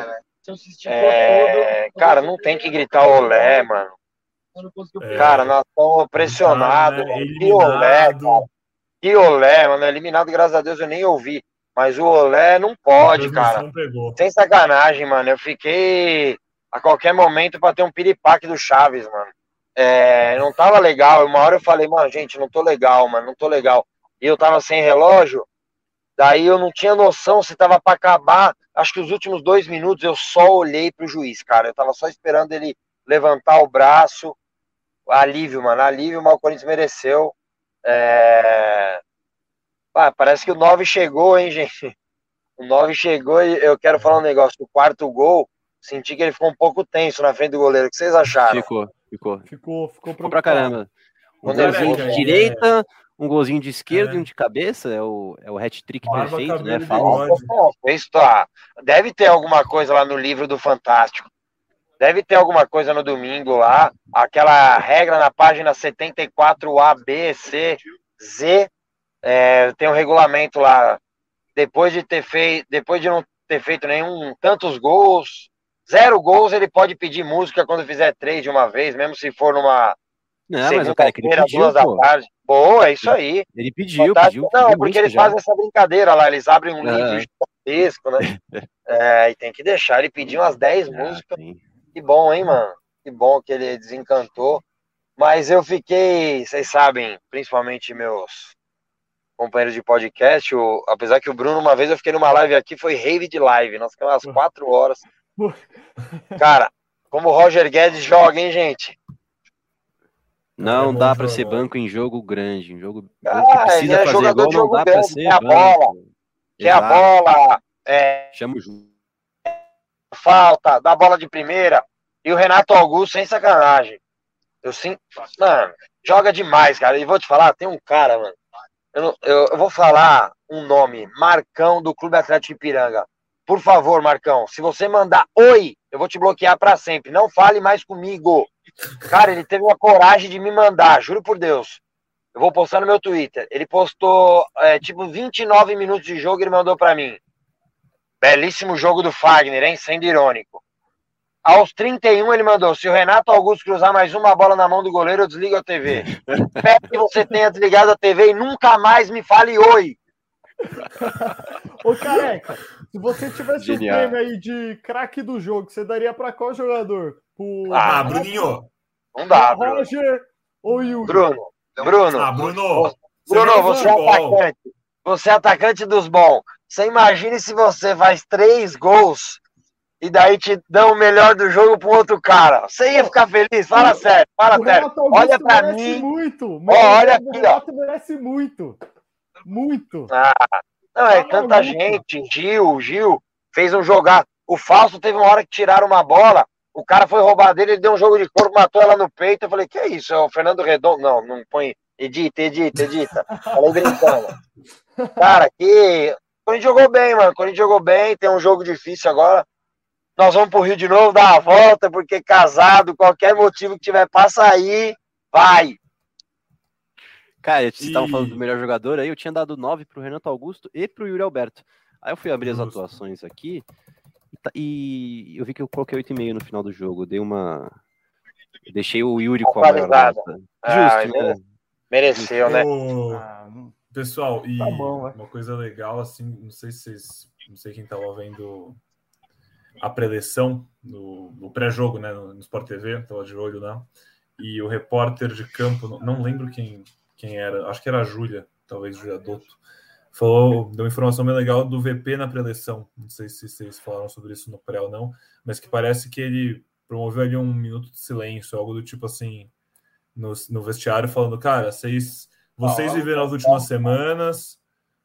Speaker 4: Cara, não tem que gritar olé, mano. Cara, nós estamos pressionados. Que olé, cara. Que olé, mano. Eliminado, graças a Deus, eu nem ouvi. Mas o olé não pode, cara. Sem sacanagem, mano. Eu fiquei a qualquer momento pra ter um piripaque do Chaves, mano. Não tava legal. Uma hora eu falei, mano, gente, não tô legal, mano. Não tô legal. E eu tava sem relógio. Daí eu não tinha noção se tava pra acabar. Acho que os últimos 2 minutos eu só olhei pro juiz, cara. Eu tava só esperando ele levantar o braço. Alívio, mano. Alívio, mas o Corinthians mereceu. Parece que o 9 chegou, hein, gente? O 9 chegou e eu quero falar um negócio. O 4º gol, senti que ele ficou um pouco tenso na frente do goleiro. O que vocês acharam?
Speaker 2: Ficou pra caramba. Um golzinho de direita, um golzinho de esquerda e um de cabeça. É o hat-trick perfeito, né?
Speaker 4: Deve ter alguma coisa lá no livro do Fantástico. Deve ter alguma coisa no domingo lá. Aquela regra na página 74A, B, C, Z. Tem um regulamento lá. Depois de não ter feito tantos gols, 0 gols, ele pode pedir música quando fizer 3 de uma vez, mesmo se for numa segunda-feira, 2 da tarde. Boa, é isso aí.
Speaker 2: Ele pediu.
Speaker 4: Não, é porque eles fazem essa brincadeira lá, eles abrem um livro gigantesco, né? E tem que deixar ele pedir umas 10 músicas. Sim. Que bom, hein, mano? Que bom que ele desencantou. Mas eu fiquei, vocês sabem, principalmente meus companheiros de podcast, apesar que o Bruno, uma vez eu fiquei numa live aqui, foi rave de live, nós ficamos umas 4 horas. Cara, como o Roger Guedes joga, hein, gente?
Speaker 2: Não dá pra ser banco em jogo grande, em jogo que precisa fazer
Speaker 4: jogador
Speaker 2: gol, não dá pra ser
Speaker 4: a bola, quer a bola,
Speaker 2: chama o jogo.
Speaker 4: Falta, dá bola de primeira. E o Renato Augusto, sem sacanagem. Mano, joga demais, cara. E vou te falar, tem um cara, mano. Eu vou falar um nome, Marcão, do Clube Atlético Ipiranga. Por favor, Marcão, se você mandar oi, eu vou te bloquear pra sempre. Não fale mais comigo. Cara, ele teve uma coragem de me mandar, juro por Deus. Eu vou postar no meu Twitter. Ele postou, tipo, 29 minutos de jogo e ele mandou pra mim. Belíssimo jogo do Fagner, hein? Sendo irônico. Aos 31 ele mandou, se o Renato Augusto cruzar mais uma bola na mão do goleiro, eu desligo a TV. Espero que você tenha desligado a TV e nunca mais me fale oi.
Speaker 3: Ô, Careca, se você tivesse
Speaker 2: Genial.
Speaker 3: um prêmio aí de craque do jogo, você daria pra qual jogador?
Speaker 1: Bruninho.
Speaker 4: Não dá, Bruno.
Speaker 3: Roger ou Yuri?
Speaker 4: Bruno.
Speaker 1: Bruno.
Speaker 4: Bruno, você é atacante. Você é atacante dos bons. Você imagine se você faz 3 gols e daí te dão o melhor do jogo pro outro cara. Você ia ficar feliz? Fala sério, fala sério. Olha pra mim.
Speaker 3: Muito.
Speaker 4: Olha aqui, ó.
Speaker 3: O Renato merece muito. Muito.
Speaker 4: Não, é tanta gente. Gil fez um jogar. O Fausto teve uma hora que tiraram uma bola, o cara foi roubar dele, ele deu um jogo de corpo, matou ela no peito. Eu falei, que é isso? É o Fernando Redondo? Não põe. Edita. Falei brincando. Cara, que. O Corinthians jogou bem, mano. O Corinthians jogou bem, tem um jogo difícil agora. Nós vamos pro Rio de novo, dar a volta, porque casado, qualquer motivo que tiver pra sair, vai.
Speaker 2: Cara, vocês estavam falando do melhor jogador aí, eu tinha dado 9 pro Renato Augusto e pro Yuri Alberto. Aí eu fui abrir as atuações aqui e eu vi que eu coloquei 8,5 no final do jogo. Eu deixei o Yuri com a maior nota. Justo, né?
Speaker 4: Mereceu, né?
Speaker 1: Pessoal, e
Speaker 3: tá bom,
Speaker 1: uma coisa legal, assim, não sei quem estava vendo a preleção no pré-jogo, né, no Sport TV, estava de olho lá, e o repórter de campo, não lembro quem era, acho que era a Júlia, talvez Júlia Dotto, deu uma informação bem legal do VP na preleção, não sei se vocês falaram sobre isso no pré ou não, mas que parece que ele promoveu ali um minuto de silêncio, algo do tipo assim, no vestiário, falando, cara, vocês viveram as últimas semanas,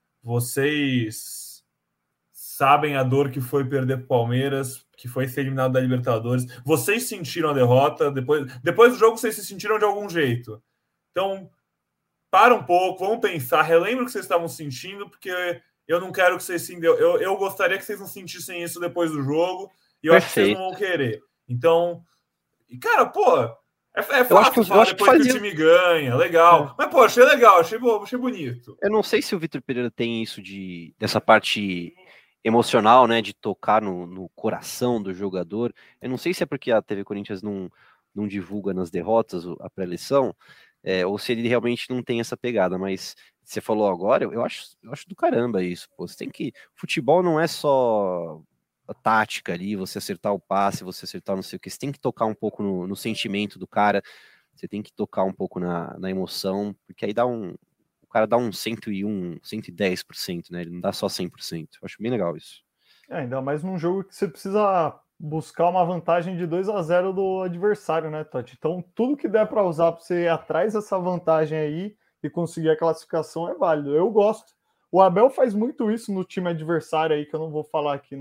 Speaker 1: vocês sabem a dor que foi perder para o Palmeiras, que foi ser eliminado da Libertadores, vocês sentiram a derrota, depois do jogo vocês se sentiram de algum jeito. Então, para um pouco, vamos pensar, relembra o que vocês estavam sentindo, porque eu não quero que vocês se... Eu gostaria que vocês não sentissem isso depois do jogo, e eu acho que vocês não vão querer. Então, cara, pô... É fácil falar depois que o time ganha, legal. Mas, pô, achei legal, achei bonito.
Speaker 2: Eu não sei se o Vitor Pereira tem isso dessa parte emocional, né, de tocar no coração do jogador. Eu não sei se é porque a TV Corinthians não divulga nas derrotas a pré-eleição, ou se ele realmente não tem essa pegada, mas você falou agora, eu acho do caramba isso, pô. Você tem que... Futebol não é só... a tática ali, você acertar o passe, você acertar não sei o que, você tem que tocar um pouco no sentimento do cara, você tem que tocar um pouco na emoção, porque aí o cara dá um 101, 110%, né, ele não dá só 100%, eu acho bem legal isso.
Speaker 3: Ainda mais num jogo que você precisa buscar uma vantagem de 2-0 do adversário, né, Totti? Então tudo que der para usar para você ir atrás dessa vantagem aí e conseguir a classificação é válido, eu gosto. O Abel faz muito isso no time adversário aí, que eu não vou falar aqui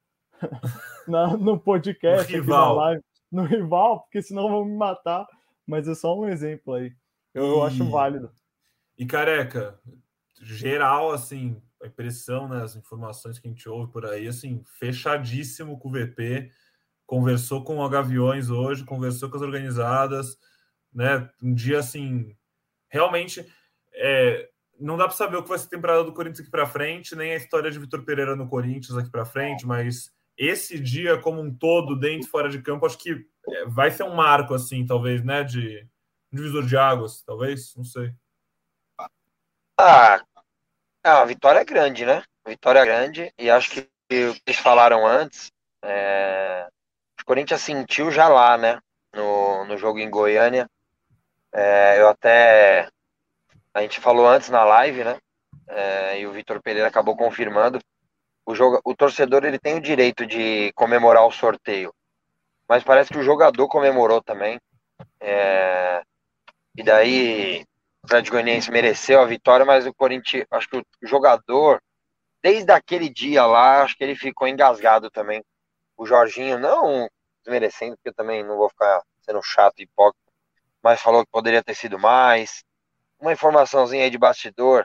Speaker 3: no podcast, aqui na live, no rival, porque senão vão me matar, mas é só um exemplo aí. Eu acho válido.
Speaker 1: E, Careca, geral, assim, a impressão, né, as informações que a gente ouve por aí, assim, fechadíssimo com o VP, conversou com o Gaviões hoje, conversou com as organizadas, né, um dia, assim, realmente, não dá para saber o que vai ser a temporada do Corinthians aqui para frente, nem a história de Vitor Pereira no Corinthians aqui para frente, mas esse dia como um todo, dentro e fora de campo, acho que vai ser um marco, assim, talvez, né, de divisor de águas, talvez, não sei.
Speaker 4: A vitória é grande, né? Vitória grande, e acho que o que eles falaram antes, o Corinthians sentiu já lá, né, no jogo em Goiânia. A gente falou antes na live, né, e o Vitor Pereira acabou confirmando. O torcedor, ele tem o direito de comemorar o sorteio, mas parece que o jogador comemorou também, e daí o Atlético Goianiense mereceu a vitória, mas o Corinthians, acho que o jogador, desde aquele dia lá, acho que ele ficou engasgado também. O Jorginho, não desmerecendo, porque eu também não vou ficar sendo chato e hipócrita, mas falou que poderia ter sido mais. Uma informaçãozinha aí de bastidor,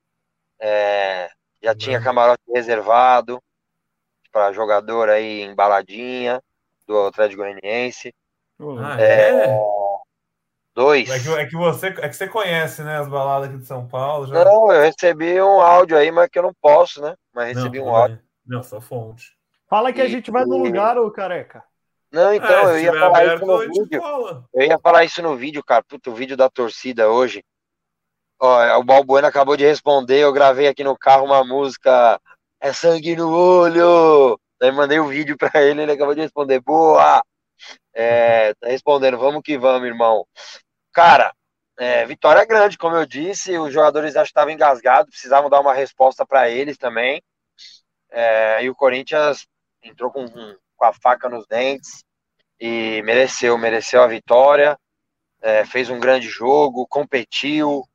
Speaker 4: já tinha camarote reservado para jogador aí em baladinha do Atlético Goianiense. 2.
Speaker 1: É que você conhece, né, as baladas aqui de São Paulo. Já...
Speaker 4: Não, eu recebi um áudio aí, mas que eu não posso, né? Mas recebi um áudio.
Speaker 1: Não, só fonte.
Speaker 3: Fala que a gente vai no lugar, ô careca.
Speaker 4: Não, então, eu ia falar
Speaker 1: aberto,
Speaker 4: isso no vídeo. Eu ia falar isso no vídeo, cara. Puta, o vídeo da torcida hoje. Ó, o Balbuena acabou de responder, eu gravei aqui no carro uma música É Sangue no Olho. Daí mandei o vídeo pra ele acabou de responder. Boa! Tá respondendo, vamos que vamos, irmão. Cara, vitória grande, como eu disse, os jogadores acho que estavam engasgados, precisavam dar uma resposta para eles também. E o Corinthians entrou com a faca nos dentes e mereceu a vitória. Fez um grande jogo, competiu.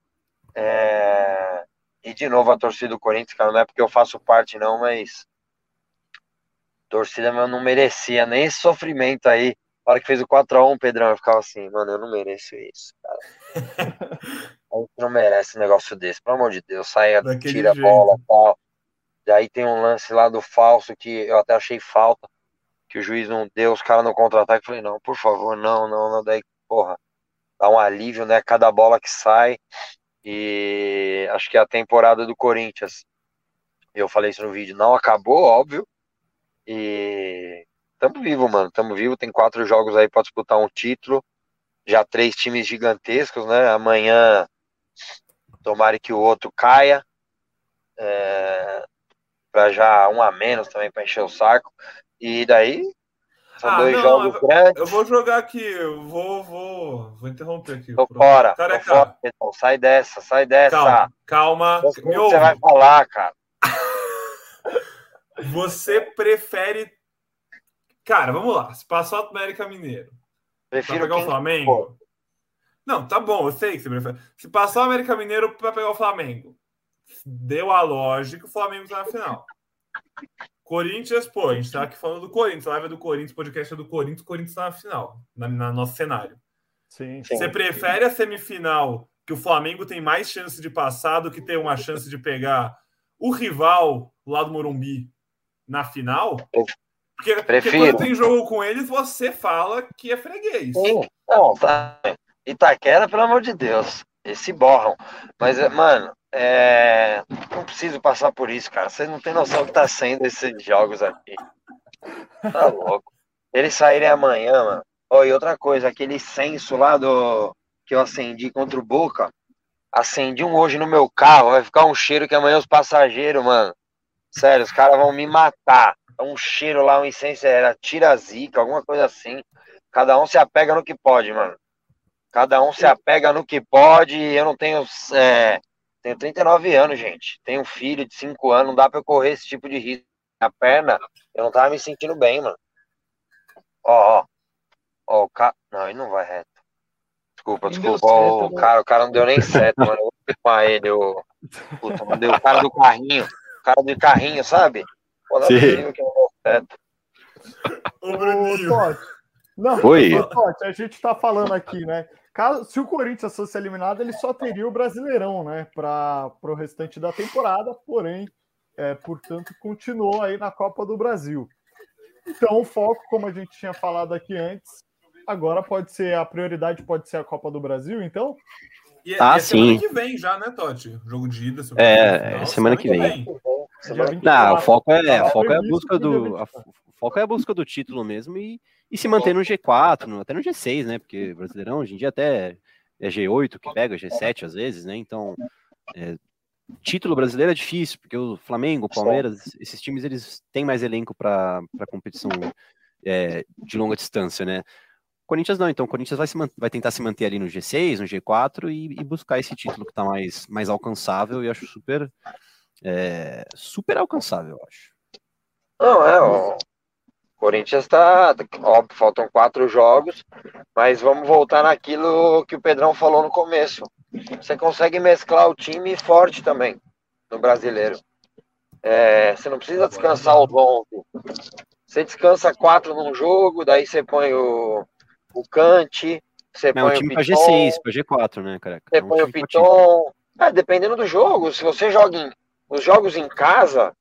Speaker 4: E de novo a torcida do Corinthians, cara, não é porque eu faço parte não, mas a torcida não merecia nem esse sofrimento aí. Na hora que fez o 4-1, Pedrão, eu ficava assim, mano, eu não mereço isso, cara. A gente não merece um negócio desse, pelo amor de Deus. Saia, tira a bola e tal. E aí tem um lance lá do falso que eu até achei falta, que o juiz não deu, os caras no contra-ataque. Falei, não, por favor, não. Daí, porra, dá um alívio, né? Cada bola que sai. E acho que a temporada do Corinthians, eu falei isso no vídeo, não acabou, óbvio. E tamo vivo, mano. Tamo vivo. Tem 4 jogos aí pra disputar um título. Já 3 times gigantescos, né? Amanhã, tomara que o outro caia. Pra já 1 a menos também pra encher o saco. E daí, são 2 jogos grandes.
Speaker 1: Eu vou jogar aqui. Eu vou interromper aqui.
Speaker 4: Tô fora.
Speaker 1: Então,
Speaker 4: sai dessa.
Speaker 1: Calma.
Speaker 4: Você vai falar, cara.
Speaker 1: Você prefere... Cara, vamos lá. Se passar o América Mineiro,
Speaker 4: prefiro
Speaker 1: pegar o Flamengo... Não, tá bom, eu sei que você prefere. Se passar o América Mineiro pra pegar o Flamengo, deu a lógica, o Flamengo tá na final. Corinthians, pô, a gente tá aqui falando do Corinthians, a live é do Corinthians, podcast é do Corinthians, o Corinthians tá na final, na nosso cenário.
Speaker 3: Sim.
Speaker 1: Você prefere a semifinal, que o Flamengo tem mais chance de passar do que ter uma chance de pegar o rival lá do Morumbi na final? Porque quando tem jogo com eles, você fala que é freguês.
Speaker 4: Sim, não, tá. Itaquera, pelo amor de Deus, eles se borram. Mas, mano, não preciso passar por isso, cara. Vocês não têm noção do que tá sendo esses jogos aqui. Tá louco. Eles saírem amanhã, mano. E outra coisa, aquele censo lá que eu acendi contra o Boca, acendi um hoje no meu carro, vai ficar um cheiro que amanhã os passageiros, mano. Sério, os caras vão me matar. Um cheiro lá, um incenso, era tira-zica, alguma coisa assim. Cada um se apega no que pode, mano. Cada um se apega no que pode. Eu não tenho... tenho 39 anos, gente. Tenho um filho de 5 anos. Não dá pra eu correr esse tipo de risco. A perna, eu não tava me sentindo bem, mano. O cara... Não, ele não vai reto. Desculpa. O cara não deu nem certo, mano. Eu vou filmar ele. Puta, não deu o cara do carrinho. O cara do carrinho, sabe? Pô, não é possível que não deu certo.
Speaker 1: Ô, Bruninho.
Speaker 3: Oi. Totti, a gente tá falando aqui, né? Se o Corinthians fosse eliminado, ele só teria o Brasileirão, né? Para o restante da temporada, porém, portanto, continuou aí na Copa do Brasil. Então, o foco, como a gente tinha falado aqui antes, agora a prioridade pode ser a Copa do Brasil, então?
Speaker 1: E sim. Semana que vem já, né, Totti? Jogo de ida.
Speaker 2: Semana que vem. Não, o foco é a busca do título mesmo e se manter no G4, até no G6, né? Porque Brasileirão hoje em dia até é G8 que pega, G7 às vezes, né? Então, título brasileiro é difícil, porque o Flamengo, o Palmeiras, esses times eles têm mais elenco para competição de longa distância, né? O Corinthians não, então o Corinthians vai tentar se manter ali no G6, no G4 e buscar esse título que está mais alcançável e acho super alcançável, eu acho.
Speaker 4: Não, o Corinthians tá, óbvio, faltam 4 jogos, mas vamos voltar naquilo que o Pedrão falou no começo. Você consegue mesclar o time forte também no brasileiro. Você não precisa descansar os 11. Você descansa 4 num jogo, daí você põe o Cante, você põe o Piton.
Speaker 2: Pra G6, pra G4, né, cara?
Speaker 4: Você põe o Piton. Dependendo do jogo, se você joga os jogos em casa,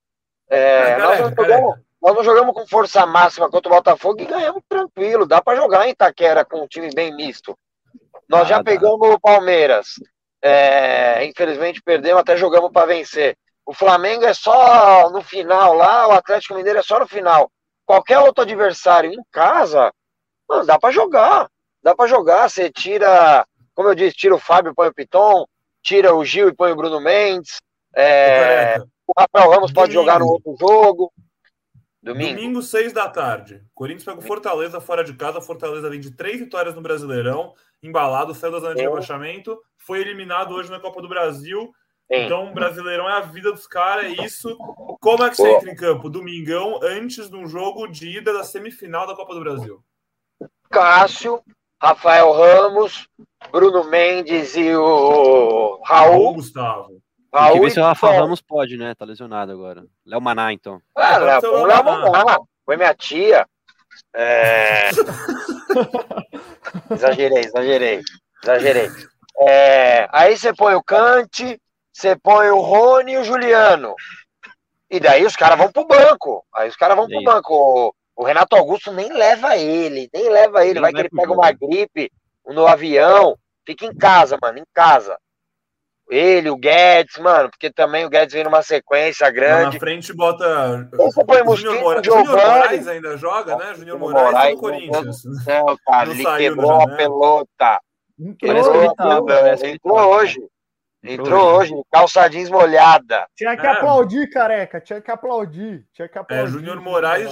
Speaker 4: nós não jogamos com força máxima contra o Botafogo e ganhamos tranquilo. Dá pra jogar em Itaquera com um time bem misto. Nós já pegamos o Palmeiras. Infelizmente perdemos, até jogamos para vencer. O Flamengo é só no final lá, o Atlético Mineiro é só no final. Qualquer outro adversário em casa, mano, dá para jogar. Dá para jogar. Você tira, como eu disse, tira o Fábio e põe o Piton, tira o Gil e põe o Bruno Mendes. O Rafael Ramos pode jogar no outro jogo.
Speaker 1: Domingo, 6 da tarde. Corinthians pega o Fortaleza fora de casa. Fortaleza vem de 3 vitórias no Brasileirão, embalado, saiu da zona de rebaixamento, foi eliminado hoje na Copa do Brasil.
Speaker 4: Sim.
Speaker 1: Então, o Brasileirão é a vida dos caras, é isso. Como é que você entra em campo? Domingão, antes de um jogo de ida da semifinal da Copa do Brasil.
Speaker 4: Cássio, Rafael Ramos, Bruno Mendes e o Raul.
Speaker 1: Gustavo.
Speaker 2: Tem que ver se o Rafa Ramos pode, né? Tá lesionado agora. Léo Maná, então.
Speaker 4: Léo Maná. Foi minha tia. Exagerei. Aí você põe o Cante, você põe o Rony e o Juliano. E daí os caras vão pro banco. O Renato Augusto nem leva ele. Vai que ele pega uma gripe no avião. Fica em casa, mano, em casa. Ele, o Guedes, mano, porque também o Guedes vem numa sequência grande.
Speaker 1: Lá na frente bota.
Speaker 4: Júnior
Speaker 1: Moraes ainda joga, né? Júnior Moraes do Corinthians.
Speaker 4: Não, cara, ele quebrou a pelota. Entrou hoje, calçadinhos molhada.
Speaker 3: Tinha que aplaudir, careca. Tinha que aplaudir.
Speaker 1: Júnior Moraes,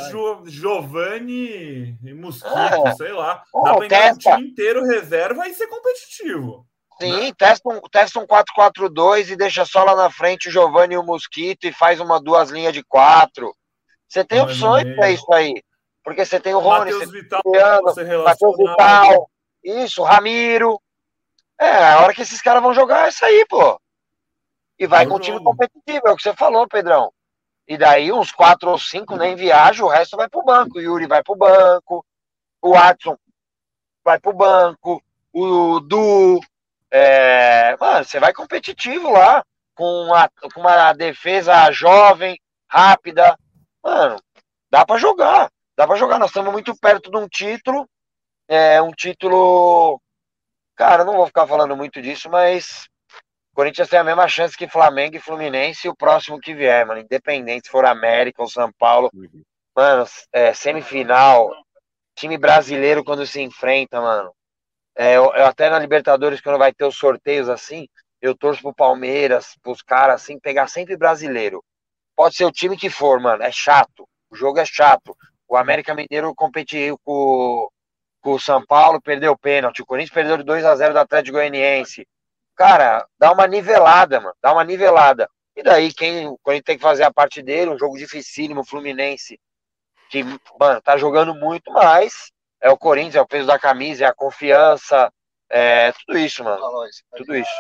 Speaker 1: Giovani e Mosquito, sei lá. Dá pra entrar um time inteiro reserva e ser competitivo.
Speaker 4: Sim, testa um 4-4-2 e deixa só lá na frente o Giovani e o Mosquito e faz duas linhas de 4. Você tem opções pra isso aí. Porque você tem o Rony,
Speaker 1: Matheus Vital,
Speaker 4: Matheus Vital, isso, Ramiro. A hora que esses caras vão jogar é isso aí, pô. E vai com o time competitivo, é o que você falou, Pedrão. E daí uns 4 ou 5 nem viaja, o resto vai pro banco. O Yuri vai pro banco, o Watson vai pro banco, o Du... mano, você vai competitivo lá, com uma defesa jovem, rápida. Mano, dá pra jogar. Nós estamos muito perto de um título. Um título... Cara, eu não vou ficar falando muito disso, mas o Corinthians tem a mesma chance que Flamengo e Fluminense e o próximo que vier, mano. Independente se for América ou São Paulo. Mano, semifinal, time brasileiro quando se enfrenta, mano. Eu até na Libertadores, quando vai ter os sorteios assim, eu torço pro Palmeiras, pros caras assim, pegar sempre brasileiro. Pode ser o time que for, mano, é chato. O jogo é chato. O América Mineiro competiu com o São Paulo, perdeu o pênalti. O Corinthians perdeu de 2-0 do Atlético Goianiense. Cara, dá uma nivelada, mano. E daí, o Corinthians tem que fazer a parte dele, um jogo dificílimo, Fluminense, que, mano, tá jogando muito, mas é o Corinthians, é o peso da camisa, é a confiança, tudo isso, mano. Tudo isso.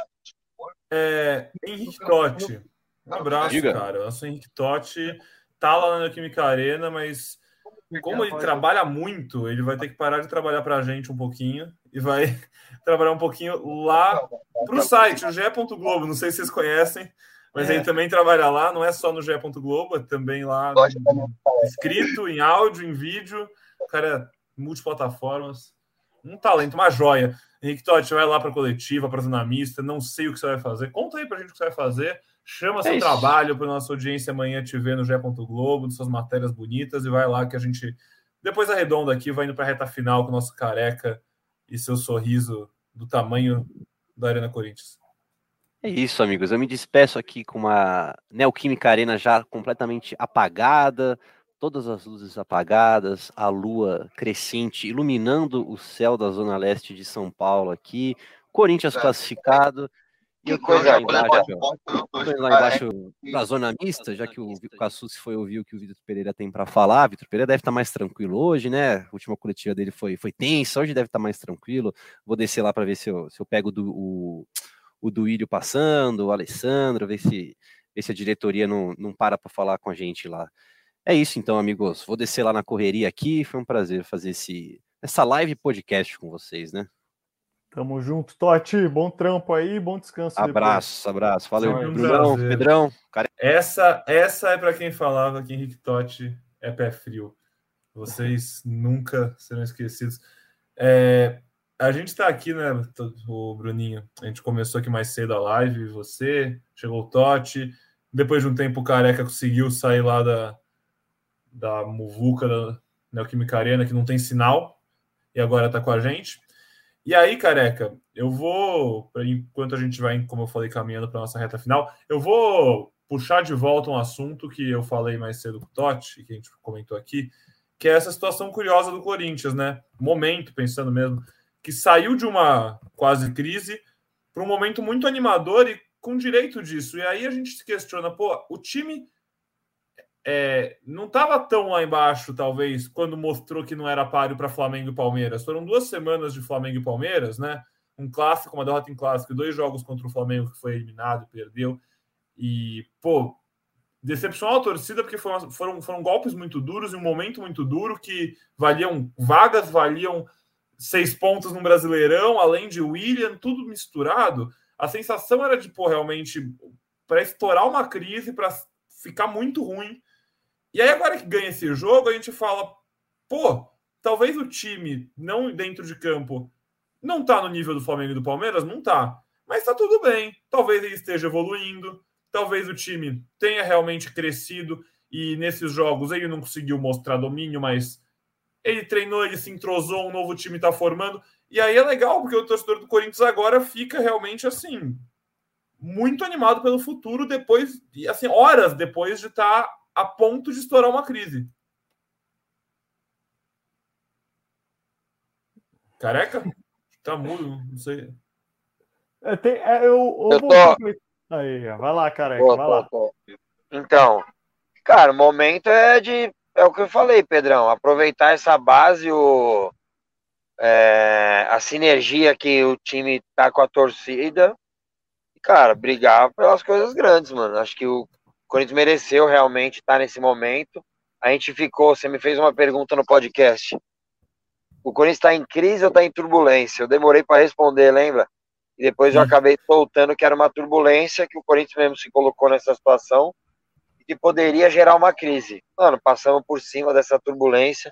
Speaker 1: Henrique Totti. Um abraço, cara. Eu sou Henrique Totti. Tá lá na Química Arena, mas como ele trabalha muito, ele vai ter que parar de trabalhar pra gente um pouquinho e vai trabalhar um pouquinho lá pro site, o GE. Globo. Não sei se vocês conhecem, mas ele também trabalha lá, não é só no GE. Globo, é também lá escrito, em áudio, em vídeo. O cara é multiplataformas. Um talento, uma joia. Henrique Totti, vai lá pra coletiva, pra Zona Mista, não sei o que você vai fazer. Conta aí pra gente o que você vai fazer. Chama seu trabalho para nossa audiência amanhã te ver no GE. Globo, suas matérias bonitas, e vai lá que a gente, depois arredonda aqui, vai indo para a reta final com o nosso careca e seu sorriso do tamanho da Arena Corinthians.
Speaker 2: É isso, amigos. Eu me despeço aqui com uma Neoquímica Arena já completamente apagada, todas as luzes apagadas, a lua crescente iluminando o céu da Zona Leste de São Paulo aqui, Corinthians classificado. E eu tô lá embaixo da Zona Mista, já que o Cassucci foi ouvir o que o Vitor Pereira tem para falar. Vitor Pereira deve estar mais tranquilo hoje, né? A última coletiva dele foi tensa, hoje deve estar mais tranquilo. Vou descer lá para ver se eu pego o Duílio passando, o Alessandro, ver se a diretoria não para falar com a gente lá. É isso então, amigos. Vou descer lá na correria aqui. Foi um prazer fazer essa live podcast com vocês, né?
Speaker 3: Tamo junto, Totti. Bom trampo aí, bom descanso.
Speaker 2: Abraço. Valeu, Brunão, Pedrão. Cara...
Speaker 1: Essa é para quem falava que Henrique Totti é pé frio. Vocês nunca serão esquecidos. a gente está aqui, né, o Bruninho? A gente começou aqui mais cedo a live, você, chegou o Totti, depois de um tempo o Careca conseguiu sair lá da muvuca da Neoquímica Arena, que não tem sinal, e agora está com a gente. E aí, Careca, eu vou, enquanto a gente vai, como eu falei, caminhando para nossa reta final, eu vou puxar de volta um assunto que eu falei mais cedo com o Totti, que a gente comentou aqui, que é essa situação curiosa do Corinthians, né? Momento, pensando mesmo, que saiu de uma quase crise para um momento muito animador e com direito disso. E aí a gente se questiona, pô, o time não estava tão lá embaixo, talvez, quando mostrou que não era páreo para Flamengo e Palmeiras. Foram 2 semanas de Flamengo e Palmeiras, né? Um clássico, uma derrota em clássico, 2 jogos contra o Flamengo que foi eliminado, perdeu. E, pô, decepcionou a torcida porque foram golpes muito duros e um momento muito duro que valiam vagas, valiam 6 pontos no Brasileirão, além de William, tudo misturado. A sensação era de, pô, realmente, para estourar uma crise, para ficar muito ruim. E aí, agora que ganha esse jogo, a gente fala, pô, talvez o time, não dentro de campo, não tá no nível do Flamengo e do Palmeiras, não tá. Mas tá tudo bem. Talvez ele esteja evoluindo, talvez o time tenha realmente crescido e nesses jogos ele não conseguiu mostrar domínio, mas ele treinou, ele se entrosou, um novo time tá formando. E aí é legal, porque o torcedor do Corinthians agora fica realmente assim, muito animado pelo futuro depois, e assim, horas depois de estar a ponto de estourar uma crise. Careca? Tá mudo, não sei.
Speaker 3: Eu vou... Aí, vai lá, Careca, vai lá.
Speaker 4: Então, cara, o momento é o que eu falei, Pedrão, aproveitar essa base, a sinergia que o time tá com a torcida, e, cara, brigar pelas coisas grandes, mano. Acho que o Corinthians mereceu realmente estar nesse momento. A gente você me fez uma pergunta no podcast. O Corinthians está em crise ou está em turbulência? Eu demorei para responder, lembra? E depois eu acabei soltando que era uma turbulência, que o Corinthians mesmo se colocou nessa situação e que poderia gerar uma crise. Mano, passamos por cima dessa turbulência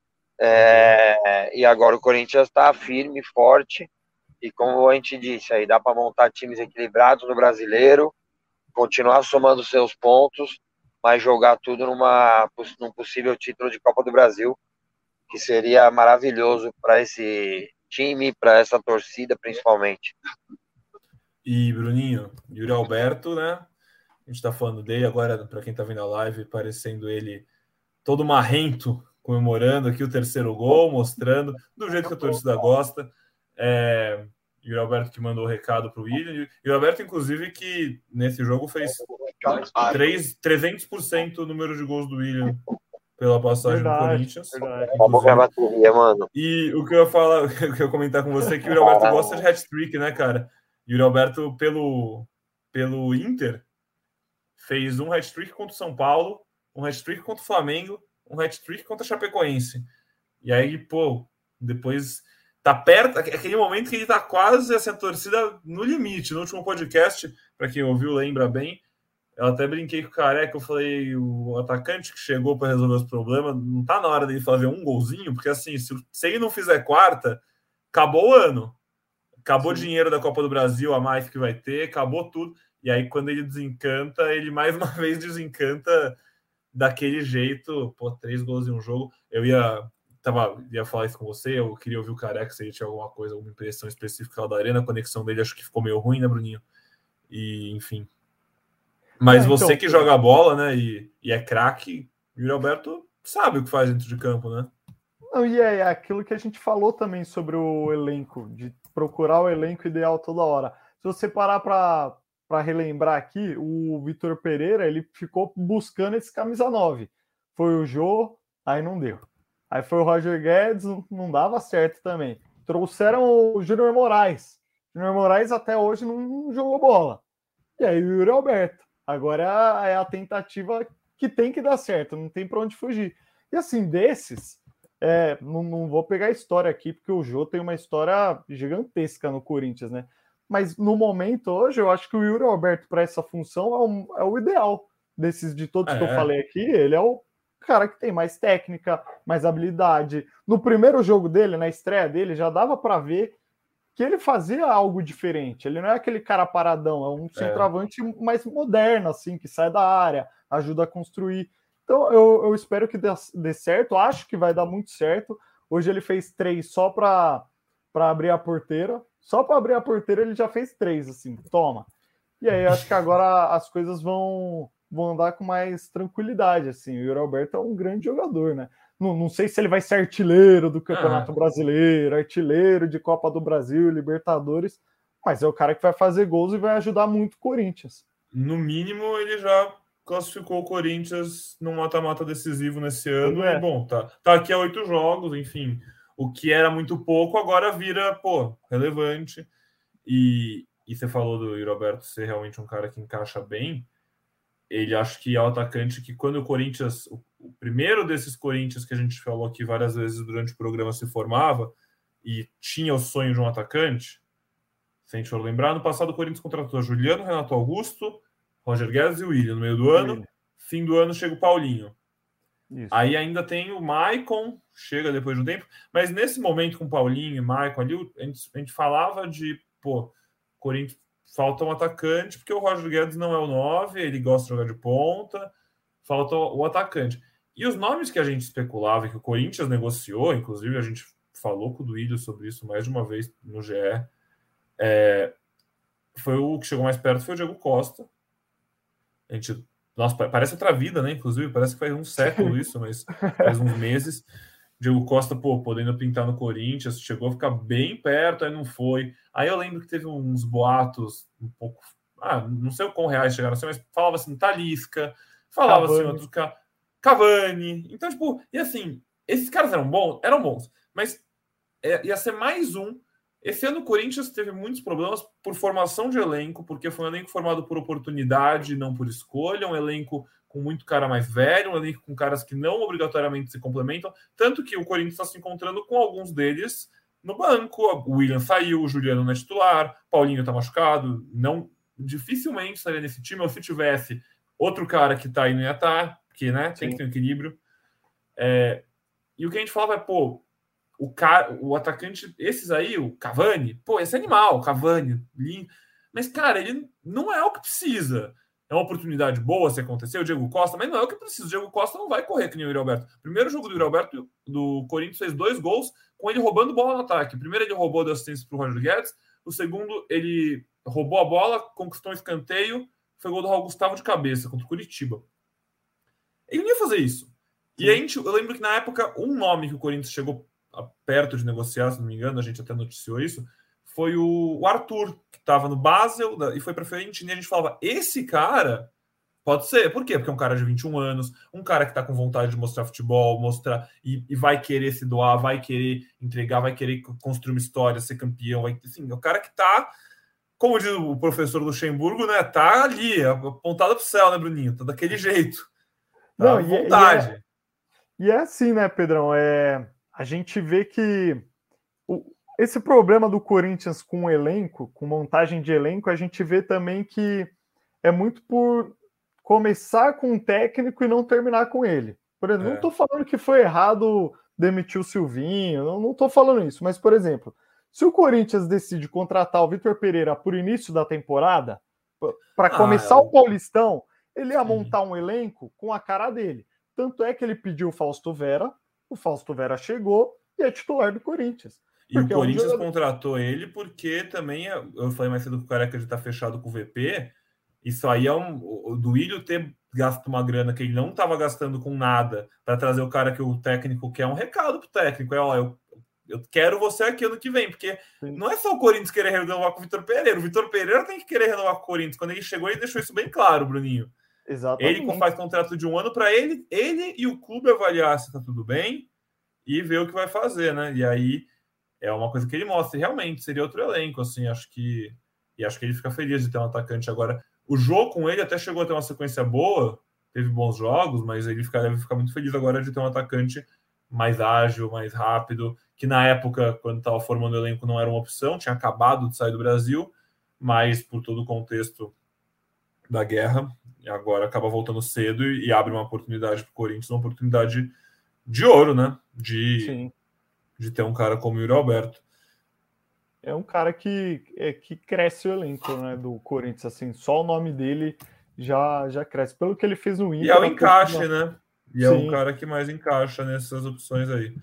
Speaker 4: e agora o Corinthians está firme, forte e como a gente disse, aí dá para montar times equilibrados no Brasileiro, continuar somando seus pontos, mas jogar tudo num possível título de Copa do Brasil, que seria maravilhoso para esse time, para essa torcida, principalmente.
Speaker 1: E, Bruninho, Yuri Alberto, né? A gente tá falando dele agora, para quem tá vendo a live, parecendo ele todo marrento, comemorando aqui o 3º gol, mostrando do jeito que a torcida gosta. Yuri Alberto que mandou o recado pro William. Yuri Alberto, inclusive, que nesse jogo fez 300% o número de gols do William pela passagem do Corinthians.
Speaker 4: Bateria, mano.
Speaker 1: E o que eu ia falar, o que eu ia comentar com você é que o Yuri Alberto gosta de hat-trick, né, cara? Yuri Alberto, pelo Inter, fez um hat-trick contra o São Paulo, um hat-trick contra o Flamengo, um hat-trick contra a Chapecoense. E aí, pô, depois tá perto, aquele momento que ele tá quase, assim, a torcida no limite. No último podcast, para quem ouviu, lembra bem, eu até brinquei com o Careca, eu falei, o atacante que chegou para resolver os problemas, não tá na hora dele fazer um golzinho, porque assim, se ele não fizer quarta, acabou o ano. Acabou o dinheiro da Copa do Brasil a mais que vai ter, acabou tudo. E aí, quando ele desencanta, ele mais uma vez desencanta daquele jeito. Pô, 3 gols em um jogo. Eu ia falar isso com você, eu queria ouvir o Careca se ele tinha alguma coisa, alguma impressão específica da Arena. A conexão dele acho que ficou meio ruim, né, Bruninho? E, enfim. Mas você então, que joga a bola, né, e é craque, o Yuri Alberto sabe o que faz dentro de campo, né?
Speaker 3: Não, e é aquilo que a gente falou também sobre o elenco, de procurar o elenco ideal toda hora. Se você parar para relembrar aqui, o Vitor Pereira, ele ficou buscando esse camisa 9. Foi o Jô, aí não deu. Aí foi o Roger Guedes, não dava certo também. Trouxeram o Júnior Moraes. O Júnior Moraes até hoje não jogou bola. E aí o Yuri Alberto. Agora é a tentativa que tem que dar certo, não tem para onde fugir. E assim, desses... não vou pegar a história aqui, porque o Jô tem uma história gigantesca no Corinthians, né? Mas no momento, hoje, eu acho que o Yuri Alberto, para essa função, é o ideal. De todos que eu falei aqui, ele é o cara que tem mais técnica, mais habilidade. No primeiro jogo dele, na estreia dele, já dava para ver que ele fazia algo diferente. Ele não é aquele cara paradão, é um centroavante mais moderno, assim, que sai da área, ajuda a construir. Então, eu espero que dê certo, acho que vai dar muito certo. Hoje ele fez 3 só para abrir a porteira. Só para abrir a porteira ele já fez 3, assim, toma. E aí acho que agora as coisas vão andar com mais tranquilidade, assim. O Yuri Alberto é um grande jogador, né? Não sei se ele vai ser artilheiro do Campeonato Brasileiro, artilheiro de Copa do Brasil, Libertadores, mas é o cara que vai fazer gols e vai ajudar muito o Corinthians.
Speaker 1: No mínimo, ele já classificou o Corinthians num mata-mata decisivo nesse ano. E, bom, tá aqui a 8 jogos, enfim. O que era muito pouco, agora vira, relevante. E você falou do Yuri Alberto ser realmente um cara que encaixa bem. Ele acho que é o atacante que quando o Corinthians, o primeiro desses Corinthians que a gente falou aqui várias vezes durante o programa se formava e tinha o sonho de um atacante, se a gente for lembrar, no passado o Corinthians contratou Juliano, Renato Augusto, Roger Guedes e William no meio do ano. Fim do ano chega o Paulinho. Isso. Aí ainda tem o Maicon, chega depois de um tempo, mas nesse momento com Paulinho e Maicon ali, a gente falava de, Corinthians falta um atacante, porque o Roger Guedes não é o 9, ele gosta de jogar de ponta, falta o atacante. E os nomes que a gente especulava, que o Corinthians negociou, inclusive a gente falou com o Duílio sobre isso mais de uma vez no GE, foi o que chegou mais perto, foi o Diego Costa. A gente, nossa, parece outra vida, né? Inclusive, parece que faz um século isso, mas faz uns meses. Diego Costa, podendo pintar no Corinthians, chegou a ficar bem perto, aí não foi. Aí eu lembro que teve uns boatos um pouco... não sei o quão reais chegaram assim, mas falava assim, Talisca, falava Cavani. Assim, outros caras... Cavani. Então, e assim, esses caras eram bons, mas ia ser mais um. Esse ano o Corinthians teve muitos problemas por formação de elenco, porque foi um elenco formado por oportunidade, não por escolha, um elenco com muito cara mais velho, um elenco com caras que não obrigatoriamente se complementam, tanto que o Corinthians está se encontrando com alguns deles no banco. O William saiu, o Juliano não é titular, Paulinho está machucado, dificilmente estaria nesse time, ou se tivesse outro cara que está aí não ia estar, porque tem que ter um equilíbrio. E o que a gente falava é, o atacante, esses aí, o Cavani, esse animal, o Cavani, lindo. Mas, cara, ele não é o que precisa. É uma oportunidade boa se acontecer, o Diego Costa, mas não é o que precisa. O Diego Costa não vai correr que nem o Yuri Alberto. Primeiro jogo do Yuri Alberto, do Corinthians, fez 2 gols com ele roubando bola no ataque. Primeiro ele roubou da assistência para o Roger Guedes, o segundo ele roubou a bola, conquistou um escanteio, foi gol do Raul Gustavo de cabeça contra o Curitiba. Ele não ia fazer isso. Sim. E eu lembro que na época, um nome que o Corinthians chegou perto de negociar, se não me engano, a gente até noticiou isso, foi o Arthur, que estava no Basel e foi para a Fiorentina, e a gente falava, esse cara pode ser. Por quê? Porque é um cara de 21 anos, um cara que está com vontade de mostrar futebol, e vai querer se doar, vai querer entregar, vai querer construir uma história, ser campeão, assim, é o cara que está, como diz o professor Luxemburgo, né, tá ali, apontado para o céu, né, Bruninho? Tá daquele jeito. Tá
Speaker 3: não, vontade. E é assim, né, Pedrão? A gente vê que esse problema do Corinthians com o elenco, com montagem de elenco, a gente vê também que é muito por começar com um técnico e não terminar com ele. Por exemplo, não estou falando que foi errado demitir o Silvinho, não estou falando isso, mas, por exemplo, se o Corinthians decide contratar o Vitor Pereira por início da temporada, para começar o Paulistão, ele ia montar um elenco com a cara dele. Tanto é que ele pediu o Fausto Vera chegou e é titular do Corinthians.
Speaker 1: E o Corinthians contratou ele porque também, eu falei mais cedo que o Careca de estar fechado com o VP, isso aí o Duílio ter gasto uma grana que ele não estava gastando com nada para trazer o cara que o técnico quer, um recado pro técnico, eu quero você aqui ano que vem, porque não é só o Corinthians querer renovar com o Vitor Pereira tem que querer renovar com o Corinthians. Quando ele chegou, ele deixou isso bem claro, Bruninho.
Speaker 3: Exatamente.
Speaker 1: Ele faz contrato de 1 ano para ele e o clube avaliar se está tudo bem e ver o que vai fazer, né? E aí é uma coisa que ele mostra. E realmente seria outro elenco, assim. Acho que ele fica feliz de ter um atacante agora. O jogo com ele até chegou a ter uma sequência boa, teve bons jogos, mas ele deve ficar muito feliz agora de ter um atacante mais ágil, mais rápido, que na época, quando estava formando o elenco, não era uma opção, tinha acabado de sair do Brasil, mas por todo o contexto da guerra, e agora acaba voltando cedo e abre uma oportunidade para o Corinthians, uma oportunidade de ouro, né? De ter um cara como o Yuri Alberto.
Speaker 3: É um cara que cresce o elenco, né, do Corinthians, assim, só o nome dele já cresce. Pelo que ele fez no Inter...
Speaker 1: E é o encaixe, né? E é o cara que mais encaixa nessas opções aí.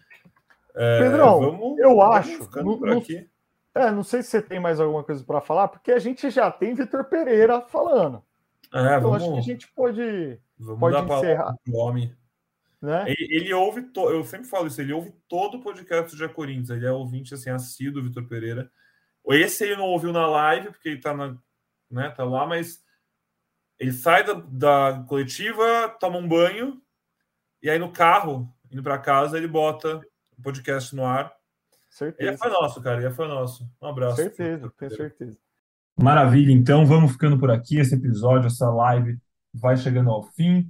Speaker 3: Pedrão, eu acho...
Speaker 1: por aqui.
Speaker 3: Não sei se você tem mais alguma coisa para falar, porque a gente já tem Vitor Pereira falando. Então acho que a gente pode encerrar.
Speaker 1: O homem.
Speaker 3: Né?
Speaker 1: Ele ouve, eu sempre falo isso, ele ouve todo o podcast do GE Corinthians, ele é ouvinte assim, assíduo, Vitor Pereira. Esse ele não ouviu na live, porque ele tá lá, mas ele sai da coletiva, toma um banho, e aí no carro, indo para casa, ele bota o podcast no ar.
Speaker 3: Certeza.
Speaker 1: Ele foi nosso, cara, ele foi nosso. Um abraço.
Speaker 3: Certeza, tenho certeza.
Speaker 1: Maravilha, então vamos ficando por aqui. Esse episódio, essa live vai chegando ao fim.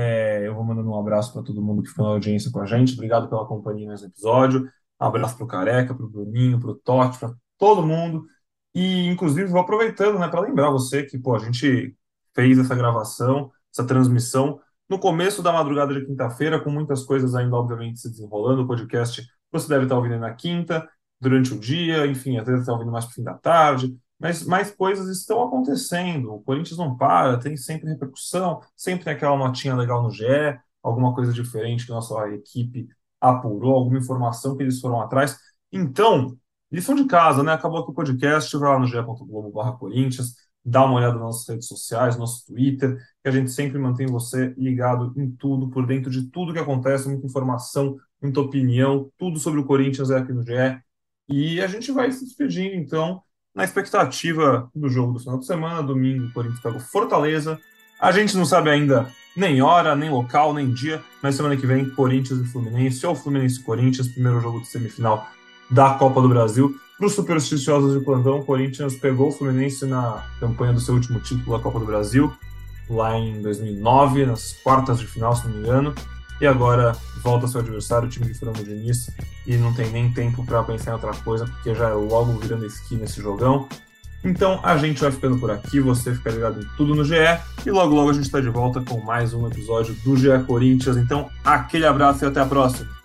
Speaker 1: Eu vou mandando um abraço para todo mundo que ficou na audiência com a gente. Obrigado pela companhia nesse episódio. Um abraço para o Careca, para o Bruninho, para o Totti, para todo mundo. E, inclusive, vou aproveitando, né, para lembrar você que a gente fez essa gravação, essa transmissão no começo da madrugada de quinta-feira, com muitas coisas ainda, obviamente, se desenrolando. O podcast você deve estar ouvindo na quinta, durante o dia, enfim, às vezes está ouvindo mais para o fim da tarde. Mas mais coisas estão acontecendo. O Corinthians não para, tem sempre repercussão, sempre tem aquela notinha legal no GE, alguma coisa diferente que a nossa equipe apurou, alguma informação que eles foram atrás. Então, lição de casa, né? Acabou aqui o podcast, vai lá no ge.globo/Corinthians, dá uma olhada nas nossas redes sociais, nosso Twitter, que a gente sempre mantém você ligado em tudo, por dentro de tudo que acontece, muita informação, muita opinião, tudo sobre o Corinthians é aqui no GE. E a gente vai se despedindo, então, na expectativa do jogo do final de semana. Domingo, o Corinthians pega o Fortaleza. A gente não sabe ainda nem hora, nem local, nem dia, mas semana que vem, Corinthians e Fluminense, ou Fluminense e Corinthians, primeiro jogo de semifinal da Copa do Brasil. Para os supersticiosos de plantão, o Corinthians pegou o Fluminense na campanha do seu último título da Copa do Brasil, lá em 2009, nas quartas de final, se não me engano. E agora volta seu adversário, o time de Fernando Diniz, e não tem nem tempo para pensar em outra coisa, porque já é logo virando esquina esse jogão. Então a gente vai ficando por aqui, você fica ligado em tudo no GE, e logo a gente está de volta com mais um episódio do GE Corinthians. Então aquele abraço e até a próxima!